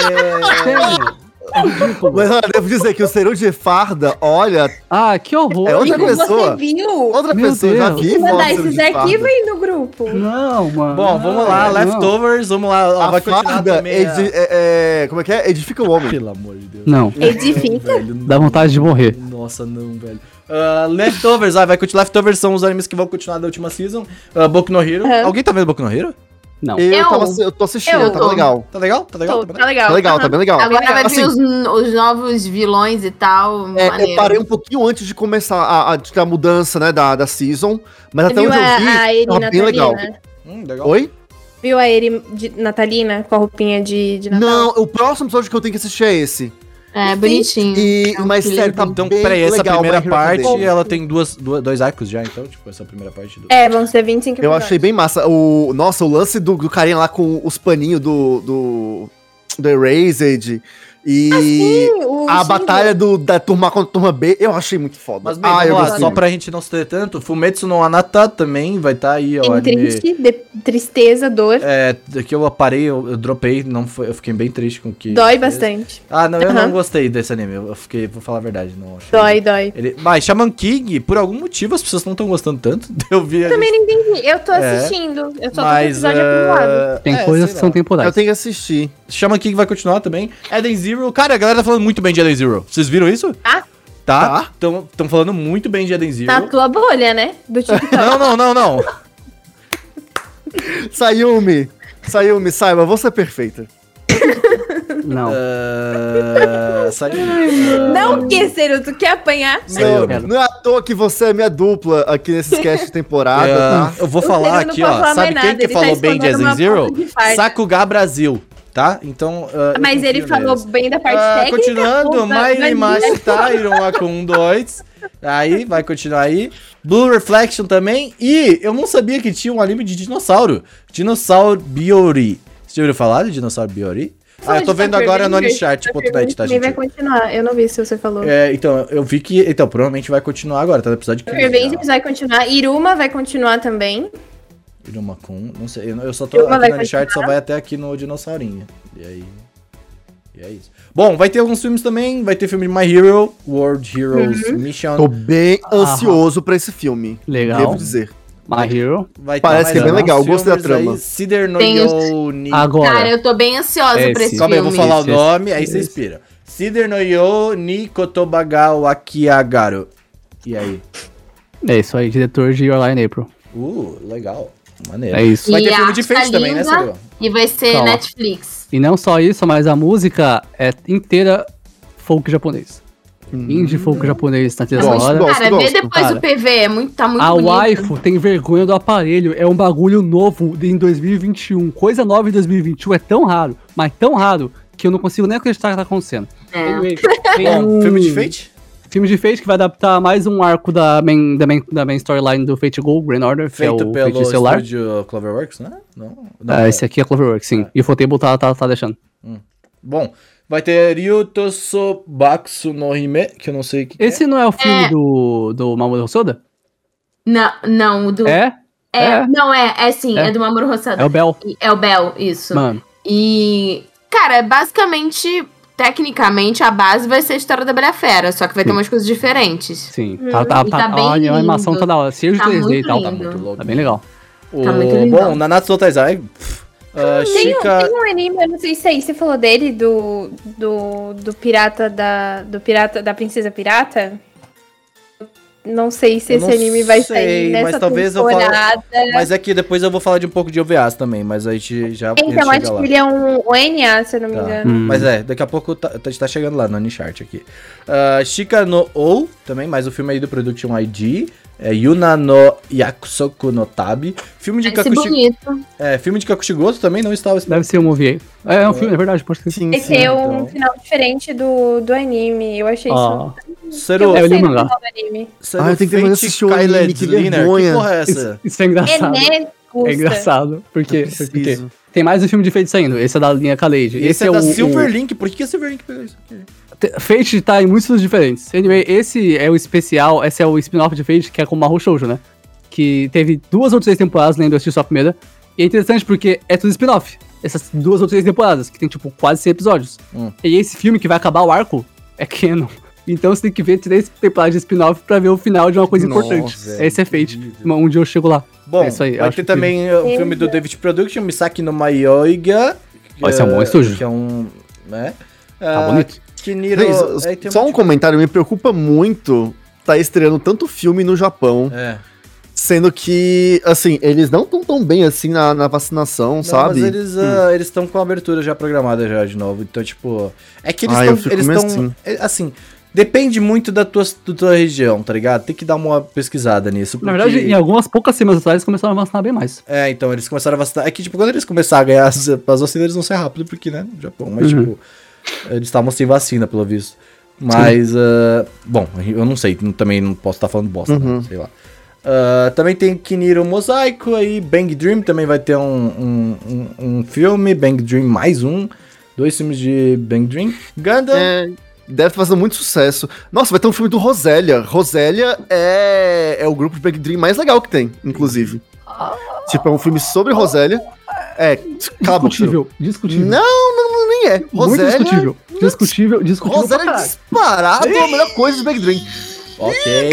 ter... Mas olha, devo dizer que o Ciro de farda, olha... que horror. É outra pessoa. Você viu? Outra pessoa, já vi. Vou mandar esses arquivos aí no grupo. Não, mano. Bom, vamos lá, Leftovers, vamos lá. A vai farda como é que é? Edifica o homem. Pelo amor de Deus. Não. Edifica? Dá vontade de morrer. Nossa, não, velho. Leftovers, vai continuar. Leftovers são os animes que vão continuar da última season. Boku no Hero. Alguém tá vendo Boku no Hero? Não. Eu tô assistindo, tá legal. Tá legal? Tá legal, tá bem legal. Agora vai vir os novos vilões e tal. Eu parei um pouquinho antes de começar a mudança, né, da season. Mas até onde eu vi, tá bem legal. Legal. Oi? Viu a Eri Natalina com a roupinha de Natal? Não, o próximo episódio que eu tenho que assistir é esse. É, bonitinho. Mas sério, tá então, bem peraí, essa legal, primeira parte, ela tem dois arcos já, então, tipo, essa primeira parte do... vão ser 25 episódios. Eu achei bem massa. Nossa, o lance do carinha lá com os paninhos do Erased e a batalha da turma contra a turma B, eu achei muito foda. Mas bem, vamos lá, só pra gente não se ter tanto, Fumetsu no Anata também vai estar aí, ó. Triste, tristeza, dor. Que eu parei, eu dropei, eu fiquei bem triste com o que... Dói bastante. Não, eu não gostei desse anime, vou falar a verdade, não achei. Dói. Mas Shaman King, por algum motivo, as pessoas não estão gostando tanto, eu também não entendi, eu tô assistindo, eu só tô com o episódio acumulado. Tem coisas que são temporais. Eu tenho que assistir. Shaman King vai continuar também. Eden Zero, cara, a galera tá falando muito bem de Eden Zero. Vocês viram isso? Tá. Estão falando muito bem de Eden Zero. Na tua bolha, né? Do TikTok. Não. Sayumi, saiba, você é perfeita. Não. Não, que Ciro, tu quer apanhar? Não é à toa que você é minha dupla aqui nesses cast de temporada, tá? Eu vou falar aqui, ó. Sabe quem que falou bem de Eden Zero? Sakuga Brasil. Tá? Então. Mas ele falou bem da parte técnica. Continuando, Mai Mashita, Iron com 2. Aí, vai continuar aí. Blue Reflection também. E eu não sabia que tinha um anime de dinossauro. Dinossauro Biori. Você já ouviu falar de Dinossauro Biori? Eu tô vendo agora no Anichart.net, tá, gente? Vai continuar, eu não vi se você falou. Então, eu vi que. Então, provavelmente vai continuar agora, tá no episódio 15. Revenge vai continuar. Iruma vai continuar também. Iruma-kun, não sei, eu só tô aqui no Anichart, só vai até aqui no Dinossaurinho. E é isso. Bom, vai ter alguns filmes também, vai ter filme de My Hero, World Heroes Mission. Tô bem ansioso pra esse filme. Legal. Devo dizer. My Hero. Parece que é bem legal, eu gostei da trama. Cider no Yo Ni... Agora. Cara, eu tô bem ansiosa pra esse filme. Eu vou falar o nome, aí você inspira. Cider no Yo Ni Kotobaga Wakiagaru. E aí? É isso aí, diretor de Your Lie in April. Legal. Maneiro. É isso. Vai ter filme de Fate também, né, Ciro? E vai ser Netflix. E não só isso, mas a música é inteira folk japonês. Indie folk japonês na trilha sonora. Cara, vê depois o PV, tá muito bonito. A waifu tem vergonha do aparelho, é um bagulho novo em 2021. Coisa nova em 2021 é tão raro, mas tão raro, que eu não consigo nem acreditar que tá acontecendo. Bom, filme de Fate? Filme de Fate que vai adaptar mais um arco da main storyline do Fate Go, Grand Order, feito que é o pelo Fate celular. estúdio Cloverworks, né? Não, esse aqui é Cloverworks, sim. E o Fotable tá deixando. Bom, vai ter Ryu Tosobaksu no Hime, que eu não sei o que esse não é o filme do Mamoru Hosoda? Não, do... Não, sim, é do Mamoru Hosoda. É o Bell. É o Bell, isso. Mano. E, cara, basicamente... Tecnicamente, a base vai ser a história da Bela Fera, só que vai ter umas coisas diferentes. Sim. Tá bem a animação tá da hora. Seja de 3D e tal. Tá muito louco. Tá bem legal. Tá muito lindo. Bom, Nanatsu no Taizai... Tem um anime, eu não sei se aí você falou dele, do pirata da princesa pirata. Não sei se esse anime vai sair nessa temporada. Mas é que depois eu vou falar de um pouco de OVAs também, mas a gente já então, acho que ele é um ONA, se eu não me engano. Mas daqui a pouco tá chegando lá no Anichart aqui. Shika no Ou, também, mais um filme aí do Production ID. Yuna no Yakusoku no Tabi. Filme de Kakushigoto. Filme de Kakushigoto também não estava... Deve ser um movie aí. É um filme, é verdade, pode ser. Sim, esse é um final diferente do anime. Eu achei isso... Seru, eu li o mangá. Eu tenho que ter assistir o anime, que vergonha. Que porra é essa? Isso é engraçado. É engraçado. Porque tem mais um filme de Fate saindo. Esse é da linha Kaleid. Esse é da Silverlink. Por que a Silverlink pegou isso aqui? Fate tá em muitos estilos diferentes. Anyway, esse é o especial, esse é o spin-off de Fate, que é com o Mahou Shoujo, né? Que teve 2 ou 3 temporadas, lembro, eu assisti só a primeira. E é interessante porque é tudo spin-off. Essas 2 ou 3 temporadas, que tem, tipo, quase 100 episódios. E esse filme que vai acabar o arco é canon. Então você tem que ver 3 temporadas de spin-off pra ver o final de uma coisa importante. Esse é Fate. Um dia eu chego lá. Bom, isso aí, vai ter também o filme do David Production, Misaki no Maioiga. Esse é um bom estúdio. Que é um... né? Tá bonito. Kiniro... Só um comentário, me preocupa muito tá estreando tanto filme no Japão. Sendo que, assim, eles não estão tão bem assim na vacinação, não, sabe? Mas eles estão com a abertura já programada já de novo. Então, tipo... É que eles estão... Assim... Depende muito da tua região, tá ligado? Tem que dar uma pesquisada nisso. Porque... Na verdade, em algumas poucas semanas atrás, eles começaram a vacinar bem mais. Então, eles começaram a vacinar. É que, tipo, quando eles começarem a ganhar as vacinas, eles vão ser rápido, porque, né, no Japão. Mas, tipo, eles estavam sem vacina, pelo visto. Mas, bom, eu não sei. Também não posso estar falando bosta, né? Sei lá. Também tem Kiniro Mosaico aí. Bang Dream também vai ter um filme. Bang Dream mais 2 filmes de Bang Dream. Gundam... Deve fazer muito sucesso. Nossa, vai ter um filme do Rosélia. Rosélia é o grupo de Bang Dream mais legal que tem, inclusive. Tipo, é um filme sobre Rosélia. Discutível. Não, nem é. Rosélia... Discutível. Rosélia é disparado a melhor coisa de Bang Dream. Ok,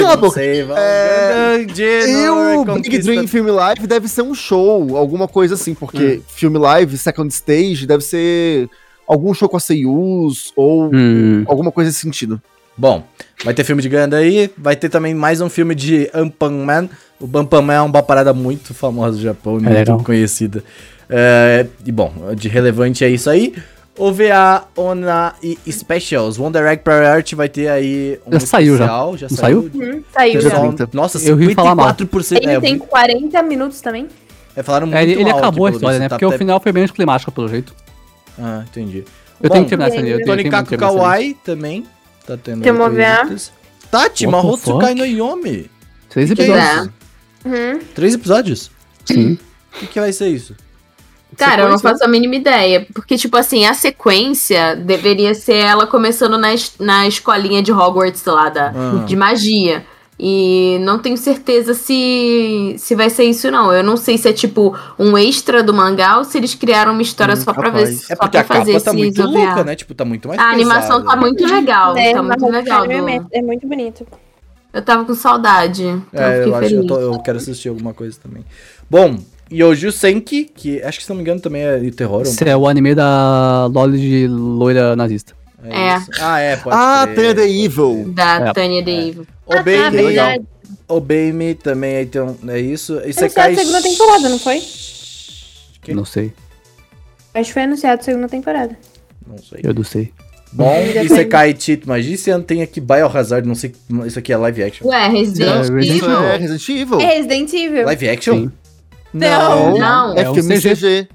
e o Bang Dream Film Live deve ser um show, alguma coisa assim, porque Film Live, Second Stage, deve ser... algum show com a Seiyus, ou alguma coisa nesse sentido. Bom, vai ter filme de Gundam aí, vai ter também mais um filme de Anpanman. O Anpanman é uma parada muito famosa do Japão, muito conhecida. E bom, de relevante é isso aí. OVA, ONA e Specials. One Direct Priority vai ter aí um especial. Já saiu? Saiu já. Nossa, eu 54%. Ele tem 40 minutos também. Falaram muito ele acabou a história, né? Porque o final foi bem climático, pelo jeito. Entendi. Eu tenho que terminar essa linha. Tonikaku Kawaii também. Tá tendo. Tem uma OVA. Tati, Mahotsu Kai no Yomi. 3 episódios. 3 episódios? Sim. O que vai ser isso? Cara, eu não faço a mínima ideia. Porque, tipo assim, a sequência deveria ser ela começando na escolinha de Hogwarts lá, de magia. E não tenho certeza se vai ser isso, não. Eu não sei se é tipo um extra do mangá ou se eles criaram uma história só pra ver se. É porque a capa tá muito louca, né? Tipo, tá muito mais pesada. A animação tá muito legal. Tá muito legal. É muito bonito. Eu tava com saudade. Eu quero assistir alguma coisa também. Bom, Yoju Senki, que acho que se não me engano também é de terror. Esse é o anime da Loli de loira nazista. Pode ser. Tanya the Evil. Da Tanya the Evil. Obey-me também aí tem é isso. Isso é a segunda temporada, não foi? Não sei. Acho que foi anunciado a segunda temporada. Não sei. Eu não sei. Bom, Isekai Cheat Magician, tem aqui Biohazard, não sei, isso aqui é live action. Ué, Resident Evil. É Resident Evil. Live action? Sim. Não. É filme CG.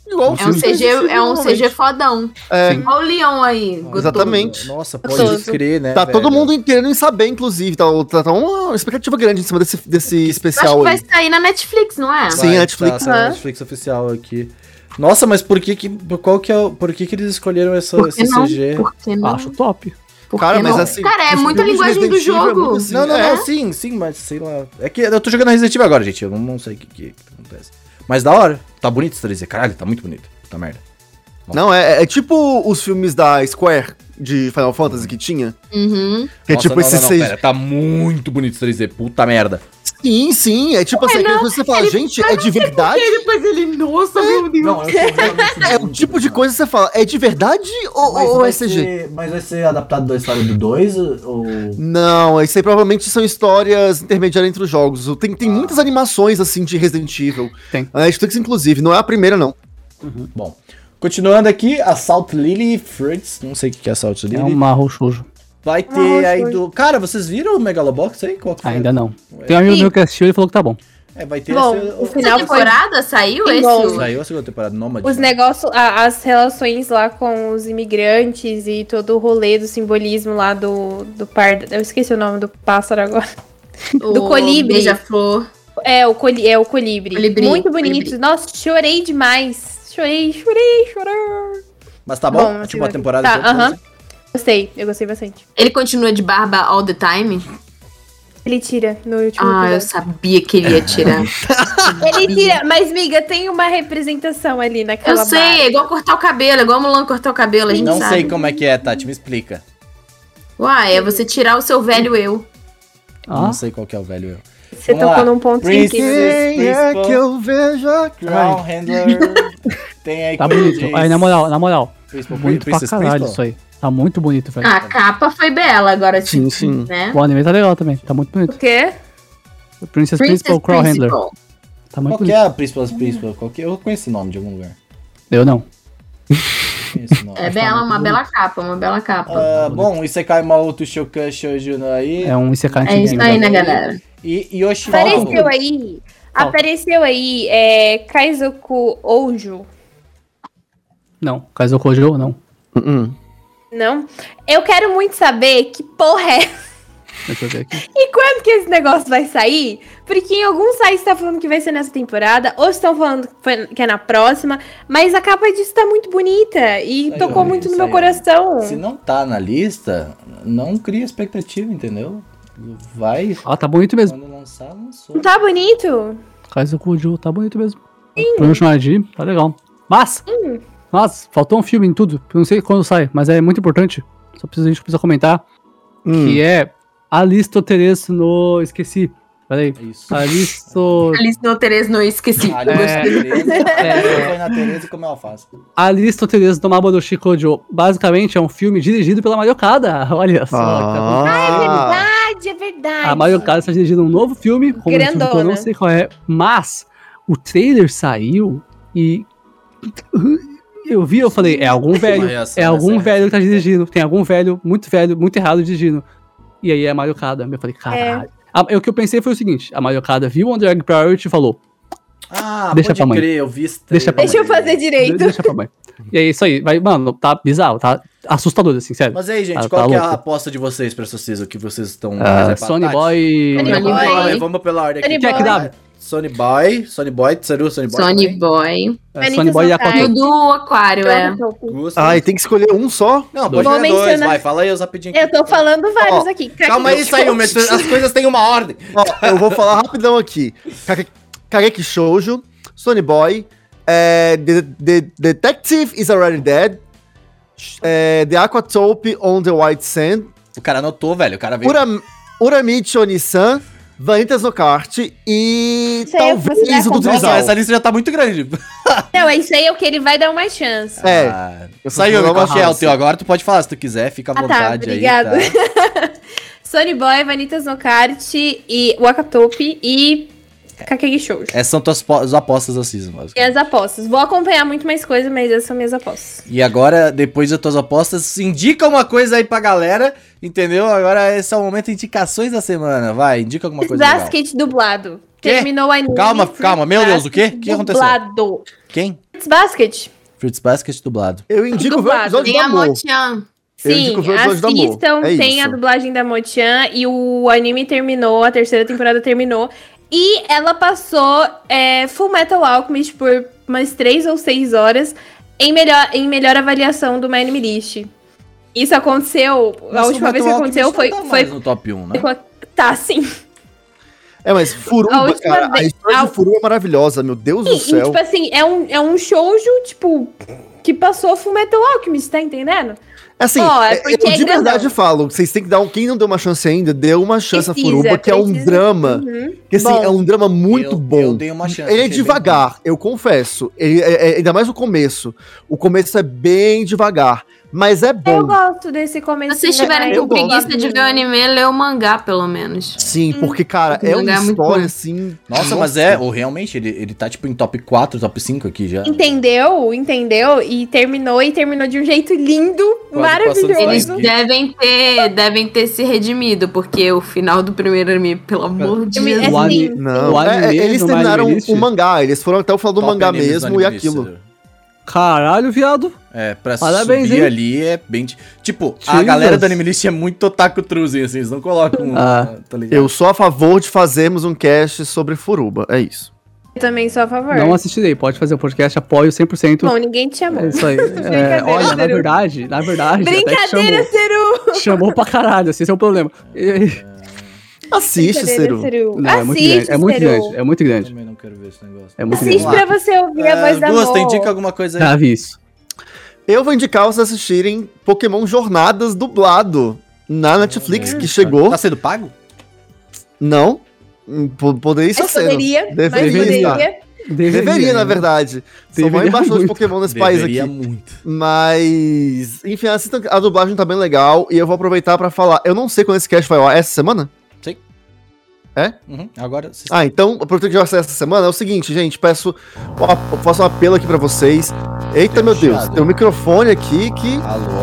Igual é um CG fodão. Olha o Leon aí. Exatamente. Nossa, pode crer, né? Tá todo mundo querendo saber, inclusive. Tá uma expectativa grande em cima desse especial. Acho que vai sair na Netflix, não é? Sim, a Netflix. Tá, Netflix oficial aqui. Nossa, mas por que eles escolheram esse CG? Por que não? Acho top. Cara, mas assim... Cara, é muita linguagem do jogo. Assim, não, sim, mas sei lá. É que eu tô jogando Resident Evil agora, gente. Eu não sei o que acontece. Mas da hora. Tá bonito esse 3D. Caralho, tá muito bonito. Puta merda. Nossa. Não, é tipo os filmes da Square de Final Fantasy que tinha. Uhum. É tipo pera, tá muito bonito esse 3D. Puta merda. Sim. É tipo assim, aquela coisa que você fala, gente, é de verdade? E depois ele, nossa, meu Deus. Não, é o tipo de coisa que você fala, é de verdade ou é CG? Mas vai ser adaptado da história do 2 ou... Não, isso aí provavelmente são histórias intermediárias entre os jogos. Tem muitas animações, assim, de Resident Evil. Tem. A Netflix, inclusive, não é a primeira, não. Bom, continuando aqui, a Salt Lily Fruits, não sei o que é a Salt Lily. É um marro shoujo. Vai ter aí do... Cara, vocês viram o Megalobox aí? Qual que foi? Ainda não. Tem um amigo meu que assistiu e falou que tá bom. Vai ter o final da temporada saiu esse? Saiu a segunda temporada, Nômade. Os negócios, as relações lá com os imigrantes e todo o rolê do simbolismo lá do eu esqueci o nome do pássaro agora. Do colibri. Beija-flor. É o colibri. Muito bonito. Colibri. Nossa, chorei demais. Chorei. Mas tá bom? Tipo, a temporada... Tá, eu gostei bastante. Ele continua de barba all the time? Ele tira no último episódio. Eu sabia que ele ia tirar. Ele tira, mas, miga, tem uma representação ali naquela Eu sei, barba. É igual cortar o cabelo, é igual a Mulan cortar o cabelo, a gente não sabe. Sei como é que é, Tati, me explica. Uai, é você tirar o seu velho eu. Não sei qual que é o velho eu. Você tocou num ponto sensível. Quem é que eu vejo aqui? Crown Handler. Tem aí tá bonito. Aí, na moral. Bonito pra caralho isso aí. Tá muito bonito, velho. A capa foi bela, agora sim. Né? O anime tá legal também, tá muito bonito. O quê? Princess Principal Crow Handler. Tá muito bonito. Qual que é a Principal? Eu conheço esse nome de algum lugar. Eu não. É bela, uma bela capa. Bom, Isekai Maoto Shokan Shoujo aí. É um Isekai antigo. É isso aí, né, galera? E Yoshi Apareceu aí Kaizoku Oujo. Não, Kaizoku Oujo não. Não? Eu quero muito saber que porra é essa. Deixa eu ver aqui. E quando que esse negócio vai sair? Porque em alguns sites tá falando que vai ser nessa temporada, ou estão falando que é na próxima, mas a capa disso tá muito bonita e tocou muito no meu coração. Se não tá na lista, não cria expectativa, entendeu? Vai. Tá bonito mesmo. Quando lançar, lançou. Não tá bonito? Kaizoku Oujo, tá bonito mesmo. Bruno Schneider, tá legal. Mas faltou um filme em tudo. Eu não sei quando sai, mas é muito importante. A gente precisa comentar. Que é Aristoteles no... Esqueci. Peraí. Aristoteles no Esqueci. Foi na Tereza e comeu alface. Aristoteles no Mabodoshi Kojo. Basicamente é um filme dirigido pela Mario Kada. Olha só. É verdade. A Mario Kada está dirigindo um novo filme. Como eu não sei qual é. Mas o trailer saiu e... Eu vi, eu falei, é algum velho. É algum velho que tá dirigindo. Tem algum velho, muito errado dirigindo. E aí é Mario Kada. Eu falei, caralho. O que eu pensei foi o seguinte: a Mario Kada viu o Drag Priority e falou: deixa pra mãe. Crer, eu vi deixa eu fazer direito. Deixa pra mãe. E é isso aí. Mano, tá bizarro, tá assustador, assim, sério. Mas aí, gente, qual que é a aposta de vocês pra essa season? Que vocês estão. Sony Boy. Vamos pela ordem aqui. Quem é que dá? Sony Boy, Tsaru, Sony Boy. Sony Boy. Sony Boy e Aquatope. Do Aquário, e tem que escolher um só? Não, pode ser dois, vai, fala aí os rapidinho. Eu tô falando vários aqui. Calma aí, saiu, mas as coisas têm uma ordem. Eu vou falar rapidão aqui. Kageki Shoujo, Sony Boy, The Detective is Already Dead, The Aquatope on the White Sand. O cara anotou, velho, o cara veio... Uramichi Onisan, Vanitas no Kart e talvez o do Trisal. Nossa, essa lista já tá muito grande. Não, isso aí é o que ele vai dar uma chance. Saiu, qual que é o teu? Agora tu pode falar se tu quiser, fica à vontade aí. Obrigado. Sony Boy, Vanitas no Kart e o Aquatope e Kakegi Shoujo. Essas são tuas apostas da season. E as apostas. Vou acompanhar muito mais coisa, mas essas são minhas apostas. E agora, depois das tuas apostas, indica uma coisa aí pra galera, entendeu? Agora esse é o momento de indicações da semana. Vai, indica alguma coisa legal. Basket dublado. Terminou o anime. Calma, meu Deus, o quê? O que aconteceu? Dublado. Quem? Fruits Basket. Fruits Basket dublado. Eu indico ver o episódio do amor. Sim, assistam, tem a dublagem da Mo-chan e o anime terminou, a terceira temporada terminou. E ela passou Full Metal Alchemist por umas 3 ou 6 horas em melhor avaliação do My Anime List. Isso aconteceu, a última vez que aconteceu foi no top 1, né? Tá, sim. Mas Furuba, cara, a história de Furuba é maravilhosa, meu Deus do céu. Tipo assim, é um shoujo, tipo, que passou Full Metal Alchemist, tá entendendo? Assim, eu de verdade falo, vocês têm que dar quem não deu uma chance ainda, deu uma chance a Furuba, que é um drama, que assim, é um drama muito bom. Eu dei uma chance. Ele é devagar, eu confesso, ainda mais o começo é bem devagar. Mas é bom. Eu gosto desse começo. Se vocês tiverem com preguiça de ver o anime, lê o mangá, pelo menos. Sim, porque, cara, é uma história assim... Nossa, mas realmente, ele tá tipo em top 4, top 5 aqui já. Entendeu? E terminou de um jeito lindo, maravilhoso. Eles devem ter se redimido, porque o final do primeiro anime, pelo amor de Deus. Eles terminaram o mangá, eles foram até o final do mangá mesmo e aquilo. Caralho, viado. Pra subir ali é bem... Tipo, a galera do Animalist é muito otaku truzen, assim, eles não colocam... tá ligado? Eu sou a favor de fazermos um cast sobre Furuba, é isso. Eu também sou a favor. Não assistirei, pode fazer o podcast, apoio 100%. Bom, ninguém te chamou. É isso aí. Olha, na verdade... Brincadeira, Seru! Chamou pra caralho, esse é o problema. Assiste, Seru. Não, é muito grande. Também não quero ver esse negócio. Assiste pra você ouvir a voz da Mo. Duas, indica alguma coisa aí. Já vi isso. Eu vou indicar vocês assistirem Pokémon Jornadas dublado na Netflix, que chegou. Tá sendo pago? Não. Poderia estar sendo. Deveria, na verdade. Só vai embaixo de Pokémon nesse país aqui. Muito. Mas, enfim, a dublagem tá bem legal e eu vou aproveitar pra falar. Eu não sei quando esse cast vai ao essa semana? Sim. É? Agora... então, aproveitando que vai ser essa semana, é o seguinte, gente, faço um apelo aqui pra vocês. Eita, meu Deus, tem um microfone aqui que... Alô?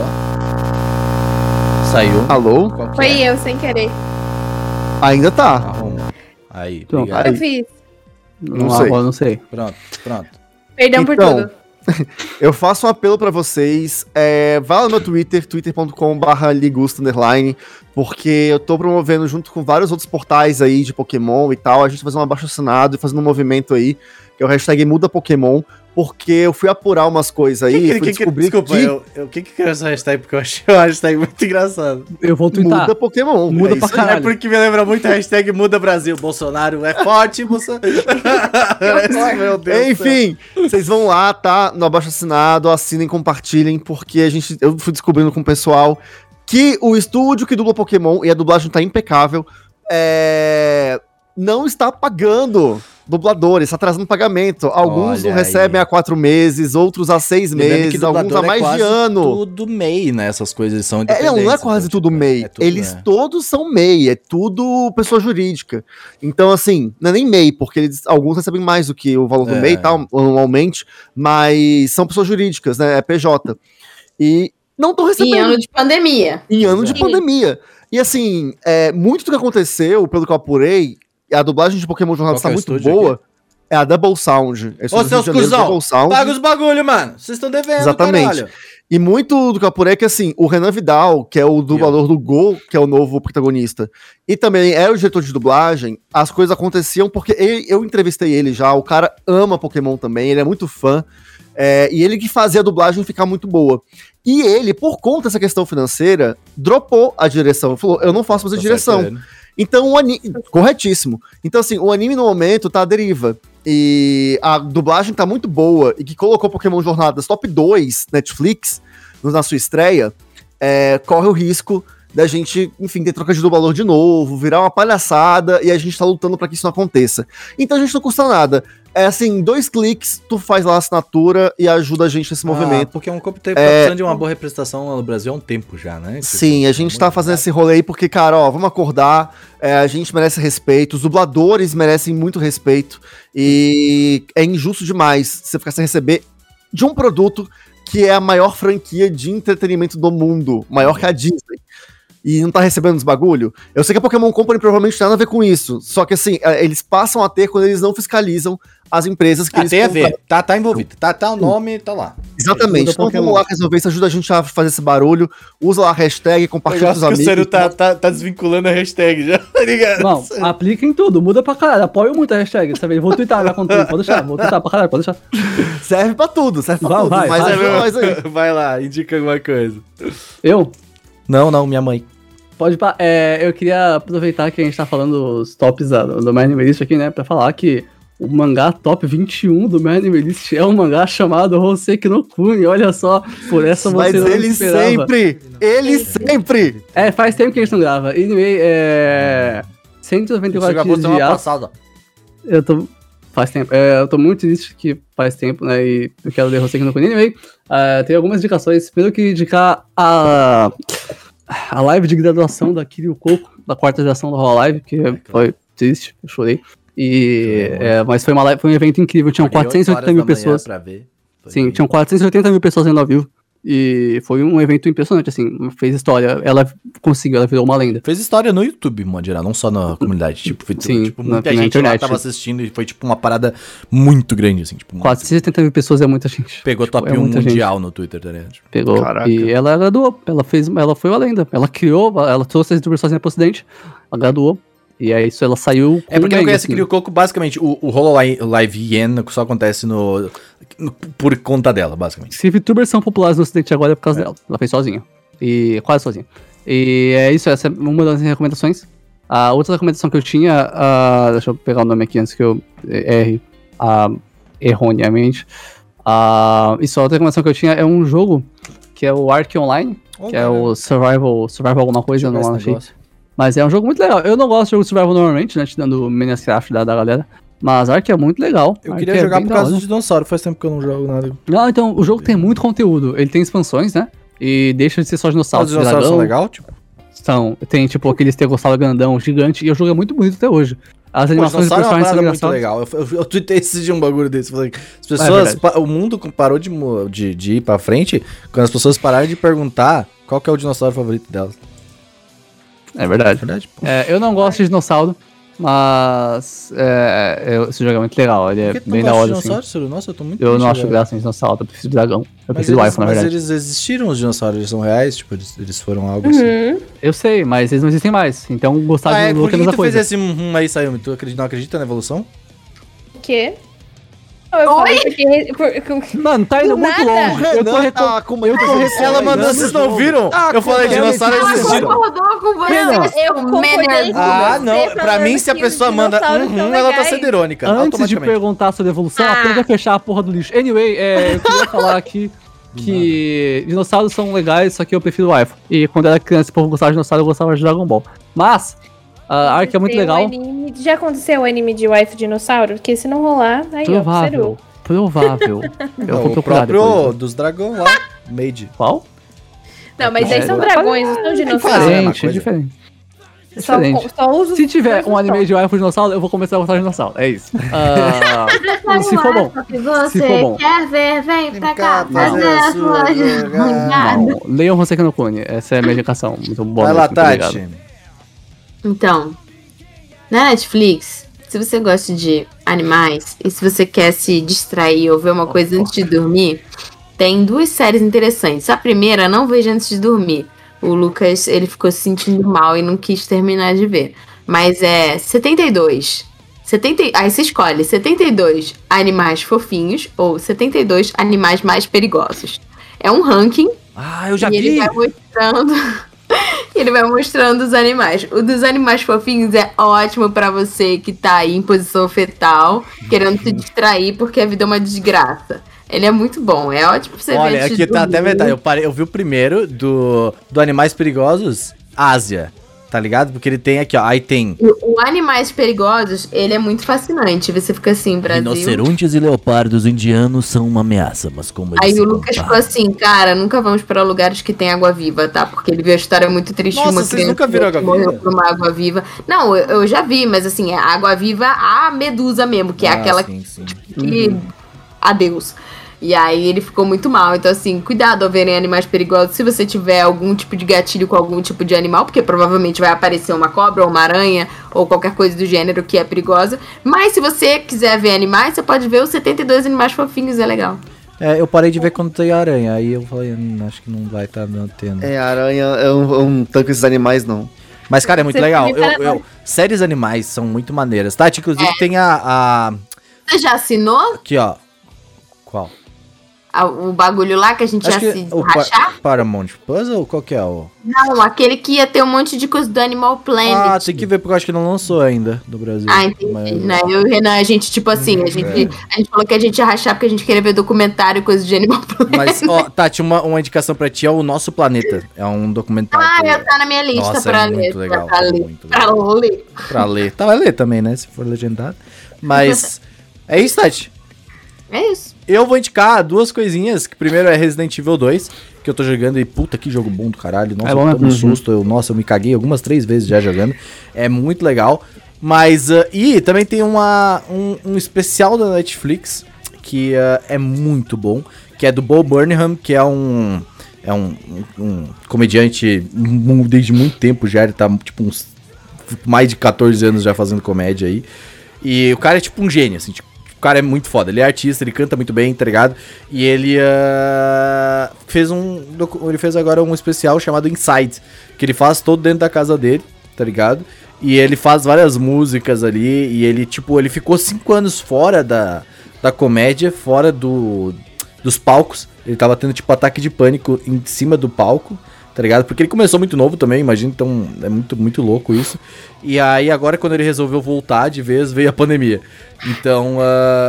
Saiu? Alô? Foi eu, sem querer. Ainda tá. Arruma. Aí, obrigado. Eu fiz. Não sei. Pronto. Perdão por tudo. Eu faço um apelo pra vocês, vai lá no meu Twitter, twitter.com/ligusto_, porque eu tô promovendo junto com vários outros portais aí de Pokémon e tal, a gente fazer um abaixo-assinado e fazendo um movimento aí, que é o hashtag Muda Pokémon, porque eu fui apurar umas coisas aí e fui descobrir desculpa, o que é essa hashtag? Porque eu achei a hashtag muito engraçado. Eu vou twittar. Muda Pokémon. Muda pra caralho. É porque me lembra muito a hashtag Muda Brasil. Bolsonaro é forte, Bolsonaro. Meu Deus. Enfim, vocês vão lá, tá? No abaixo-assinado, assinem, compartilhem, porque eu fui descobrindo com o pessoal que o estúdio que dubla Pokémon, e a dublagem tá impecável, não está pagando dubladores, está atrasando pagamento. Alguns não recebem há 4 meses, outros há 6 meses, alguns há mais de ano. Tudo MEI, né? Essas coisas são independentes. Não é quase tudo MEI. Eles todos são MEI, é tudo pessoa jurídica. Então, assim, não é nem MEI, porque alguns recebem mais do que o valor do MEI, tá, anualmente, mas são pessoas jurídicas, né? É PJ. E não estão recebendo. Em ano de pandemia. Em ano de pandemia. E assim, muito do que aconteceu, pelo que eu apurei, a dublagem de Pokémon Jornada está muito boa. Aqui? É a Double Sound. Ô, seus cuzão, paga os bagulho, mano. Vocês estão devendo, exatamente. Caralho. E muito do que eu apurei é que, assim, o Renan Vidal, que é o dublador do Go, que é o novo protagonista, e também é o diretor de dublagem, as coisas aconteciam porque eu entrevistei ele já, o cara ama Pokémon também, ele é muito fã, e ele que fazia a dublagem ficar muito boa. E ele, por conta dessa questão financeira, dropou a direção. Falou, eu não faço mais a direção. Certo, então, o anime... Corretíssimo. Então, assim, o anime, no momento, tá à deriva. E a dublagem tá muito boa. E que colocou Pokémon Jornadas top 2 Netflix na sua estreia, corre o risco da gente, enfim, ter troca de dublador de novo, virar uma palhaçada, e a gente tá lutando pra que isso não aconteça. Então a gente não custa nada. É assim, 2 cliques, tu faz lá a assinatura e ajuda a gente nesse movimento. Porque um corpo tá precisando de uma boa representação no Brasil há um tempo já, né? Sim, a gente tá fazendo esse rolê aí porque, cara, ó, vamos acordar, a gente merece respeito, os dubladores merecem muito respeito, e é injusto demais você ficar sem receber de um produto que é a maior franquia de entretenimento do mundo, maior que a Disney, e não tá recebendo os bagulho. Eu sei que a Pokémon Company provavelmente não tem nada a ver com isso, só que assim, eles passam a ter quando eles não fiscalizam as empresas que eles tem a ver, tá envolvido, tá o nome, tá lá. Exatamente, então vamos lá resolver isso, ajuda a gente a fazer esse barulho, usa lá a hashtag, compartilha com os amigos. O Sério tá desvinculando a hashtag já, tá ligado? Não, aplica em tudo, muda pra caralho, apoio muito a hashtag, sabe? Vou twittar já quando pode deixar, vou twittar pra caralho, pode deixar. Serve pra tudo, mas vai lá, indica alguma coisa. Eu? Não, minha mãe. Pode pá, eu queria aproveitar que a gente tá falando os tops do My Anime List aqui, né, pra falar que o mangá top 21 do My Anime List é um mangá chamado Hoseki no Kuni, olha só, por essa você não esperava. Ele sempre! Faz tempo que a gente não grava. Anyway, 194 dias de passada. Faz tempo. Eu tô muito triste que faz tempo, né, e eu quero ler Hoseki no Kuni. Anyway, tem algumas indicações. Primeiro eu queria indicar a live de graduação da Kiryu Coco, da 4ª geração do Hololive, que foi triste, eu chorei. Mas foi um evento incrível, tinham 480 mil pessoas. Sim, tinham 480 mil pessoas indo ao vivo. E foi um evento impressionante, assim, fez história. Ela virou uma lenda. Fez história no YouTube, de modo geral, não só na comunidade. Sim, muita gente internet, lá tava assistindo e foi uma parada muito grande, assim. 470 mil pessoas é muita gente. Pegou top 1 mundial no Twitter, tá ligado? Pegou. Caraca. E ela graduou, ela foi uma lenda. Ela trouxe as youtubers sozinha pro ocidente, ela graduou. E é isso, ela saiu com porque não conhece assim. Kiryu Coco, basicamente, o Hololive Yen só acontece por conta dela, basicamente. Se VTubers são populares no ocidente agora é por causa dela. Ela fez sozinha. E quase sozinha. E é isso, essa é uma das recomendações. A outra recomendação que eu tinha, deixa eu pegar o nome aqui antes que eu erre erroneamente. Isso, a outra recomendação que eu tinha é um jogo que é o Ark Online, que é o Survival alguma coisa, eu não achei. Mas é um jogo muito legal. Eu não gosto de jogo de survival normalmente, né? Te dando Minecraft da galera. Mas Ark é muito legal. Eu queria jogar por causa do dinossauro. Faz tempo que eu não jogo nada. Não, então, o jogo tem muito conteúdo. Ele tem expansões, né? E deixa de ser só dinossauros. Os dinossauros são legal, tipo? Tem, tipo, aquele estegossauro grandão, gigante. E o jogo é muito bonito até hoje. As animações do personagem são muito legal. Eu tuitei esse dia um bagulho desse. Falei, as pessoas... o mundo parou de ir pra frente quando as pessoas pararam de perguntar qual que é o dinossauro favorito delas. É verdade. Eu não gosto de dinossauro, mas esse jogo é muito legal. Ele é bem da hora, assim. Nossa, eu não acho graça em dinossauro, eu preciso de dragão. Eu preciso do iPhone, na verdade. Mas eles existiram, os dinossauros, eles são reais? Tipo, eles foram algo assim? Eu sei, mas eles não existem mais. Então, gostar de jogo é a mesma coisa. Por que tu fez esse aí, Sayumi? Tu não acredita na evolução? O quê? Mano, tá indo muito longe. Ela mandou, vocês não viram? Eu falei, dinossauros existiram. Eu concordei com não. Pra mim, se a pessoa manda ela tá sendo irônica. Antes de perguntar sobre evolução, aprende a fechar a porra do lixo. Anyway, eu queria falar aqui que dinossauros são legais, só que eu prefiro o iPhone. E quando eu era criança, o povo gostava de dinossauro, eu gostava de Dragon Ball. Mas... a Ark é muito legal. Já aconteceu o anime de wife dinossauro? Porque se não rolar, aí provável. Eu vou procurar o próprio dos dragões lá, Made. Qual? Não, mas aí são dragões, não são dinossauros. É diferente. Só uso se tiver um anime de wife de dinossauro, eu vou começar a gostar de dinossauro. É isso. Se for bom. Se for bom. Quer ver, vem pra cá fazer a sua jornada. Leiam Hoseki no Kuni. Essa é a minha indicação. Muito boa. Vai lá, Tati. Então, na Netflix, se você gosta de animais e se você quer se distrair ou ver uma coisa antes de dormir, tem 2 séries interessantes. A primeira, não veja antes de dormir. O Lucas, ele ficou se sentindo mal e não quis terminar de ver. Mas é 72. Aí você escolhe 72 animais fofinhos ou 72 animais mais perigosos. É um ranking. Eu já vi! Ele vai mostrando... Ele vai mostrando os animais. O dos animais fofinhos é ótimo pra você que tá aí em posição fetal, querendo se distrair porque a vida é uma desgraça. Ele é muito bom, é ótimo pra você ver. Olha, aqui tá até metade. Eu vi o primeiro do Animais Perigosos Ásia. Tá ligado? Porque ele tem aqui, ó. Aí tem... O Animais Perigosos, ele é muito fascinante. Você fica assim, Brasil... Rinocerontes e leopardos indianos são uma ameaça, mas como eles Aí o Lucas ficou assim, cara, nunca vamos para lugares que tem água-viva, tá? Porque ele viu a história muito triste de uma criança nunca viram água-viva? Morreu por uma água-viva. Não, eu já vi, mas assim, a água-viva, a medusa mesmo, que é aquela sim. Tipo, que... Adeus. E aí ele ficou muito mal. Então, assim, cuidado ao verem animais perigosos. Se você tiver algum tipo de gatilho com algum tipo de animal, porque provavelmente vai aparecer uma cobra ou uma aranha ou qualquer coisa do gênero que é perigosa. Mas se você quiser ver animais, você pode ver os 72 animais fofinhos, é legal. Eu parei de ver quando tem aranha. Aí eu falei, acho que não vai estar tendo. Aranha eu não tanco esses animais, não. Mas, cara, é muito legal. Séries animais são muito maneiras, tá? Inclusive tem a... Você já assinou? Aqui, ó. Qual? O bagulho lá que a gente ia se rachar? Paramount Puzzle? Qual que é o... Não, aquele que ia ter um monte de coisa do Animal Planet. Tem que ver, porque eu acho que não lançou ainda no Brasil. Entendi. Mas... Né? Eu e o Renan, a gente, tipo assim, a gente falou que a gente ia rachar porque a gente queria ver documentário e coisa de Animal Planet. Mas, Tati, uma indicação pra ti é o Nosso Planeta. É um documentário. Tá na minha lista pra ler. Muito legal. Pra ler. Tá, vai ler também, né? Se for legendado. Mas, é isso, Tati. É isso. Eu vou indicar duas coisinhas, que primeiro é Resident Evil 2, que eu tô jogando e puta, que jogo bom do caralho. Nossa, eu tô no susto. Eu me caguei algumas 3 vezes já jogando. É muito legal. Mas, e também tem um especial da Netflix, que é muito bom, que é do Bo Burnham, que é um comediante desde muito tempo já. Ele tá, tipo, uns mais de 14 anos já fazendo comédia aí. E o cara é tipo um gênio, assim, tipo, o cara é muito foda, ele é artista, ele canta muito bem, tá ligado? E ele fez agora um especial chamado Inside, que ele faz todo dentro da casa dele, tá ligado? E ele faz várias músicas ali, e ele, tipo, ele ficou 5 anos fora da comédia, fora dos palcos. Ele tava tendo, tipo, ataque de pânico em cima do palco, tá ligado? Porque ele começou muito novo também, imagina, então é muito, muito louco isso. E aí agora quando ele resolveu voltar de vez, veio a pandemia. Então,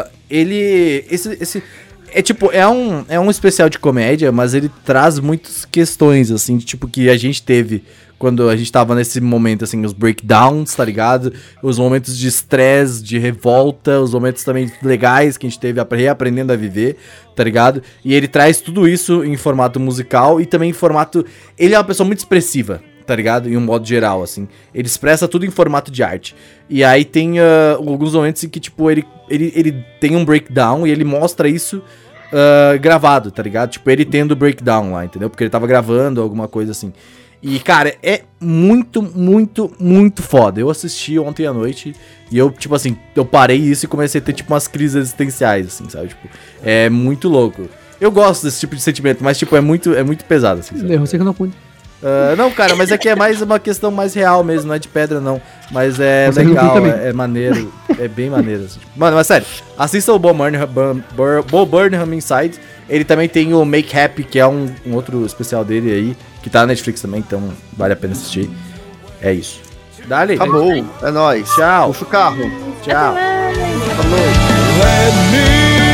é um especial de comédia, mas ele traz muitas questões, assim, de, tipo, que a gente teve quando a gente tava nesse momento, assim, os breakdowns, tá ligado? Os momentos de estresse, de revolta, os momentos também legais que a gente teve reaprendendo a viver, tá ligado? E ele traz tudo isso em formato musical e também em formato... Ele é uma pessoa muito expressiva, tá ligado? Em um modo geral, assim. Ele expressa tudo em formato de arte. E aí tem alguns momentos em que, tipo, ele tem um breakdown e ele mostra isso gravado, tá ligado? Tipo, ele tendo o breakdown lá, entendeu? Porque ele tava gravando alguma coisa assim. E, cara, é muito, muito, muito foda. Eu assisti ontem à noite e eu, tipo assim, eu parei isso e comecei a ter, tipo, umas crises existenciais, assim, sabe? Tipo, é muito louco. Eu gosto desse tipo de sentimento, mas, tipo, é muito pesado, assim, sabe? Eu sei que eu não pude. Não, cara, mas é que é mais uma questão mais real mesmo, não é de pedra, não. Mas é legal, é maneiro, é bem maneiro, assim. Tipo, mano, mas sério, assista o Bo Burnham Inside. Ele também tem o Make Happy, que é um outro especial dele aí, que tá na Netflix também, então vale a pena assistir. É isso. Dale. Acabou, é nóis. Tchau. Puxa o carro. Tchau. Boa noite.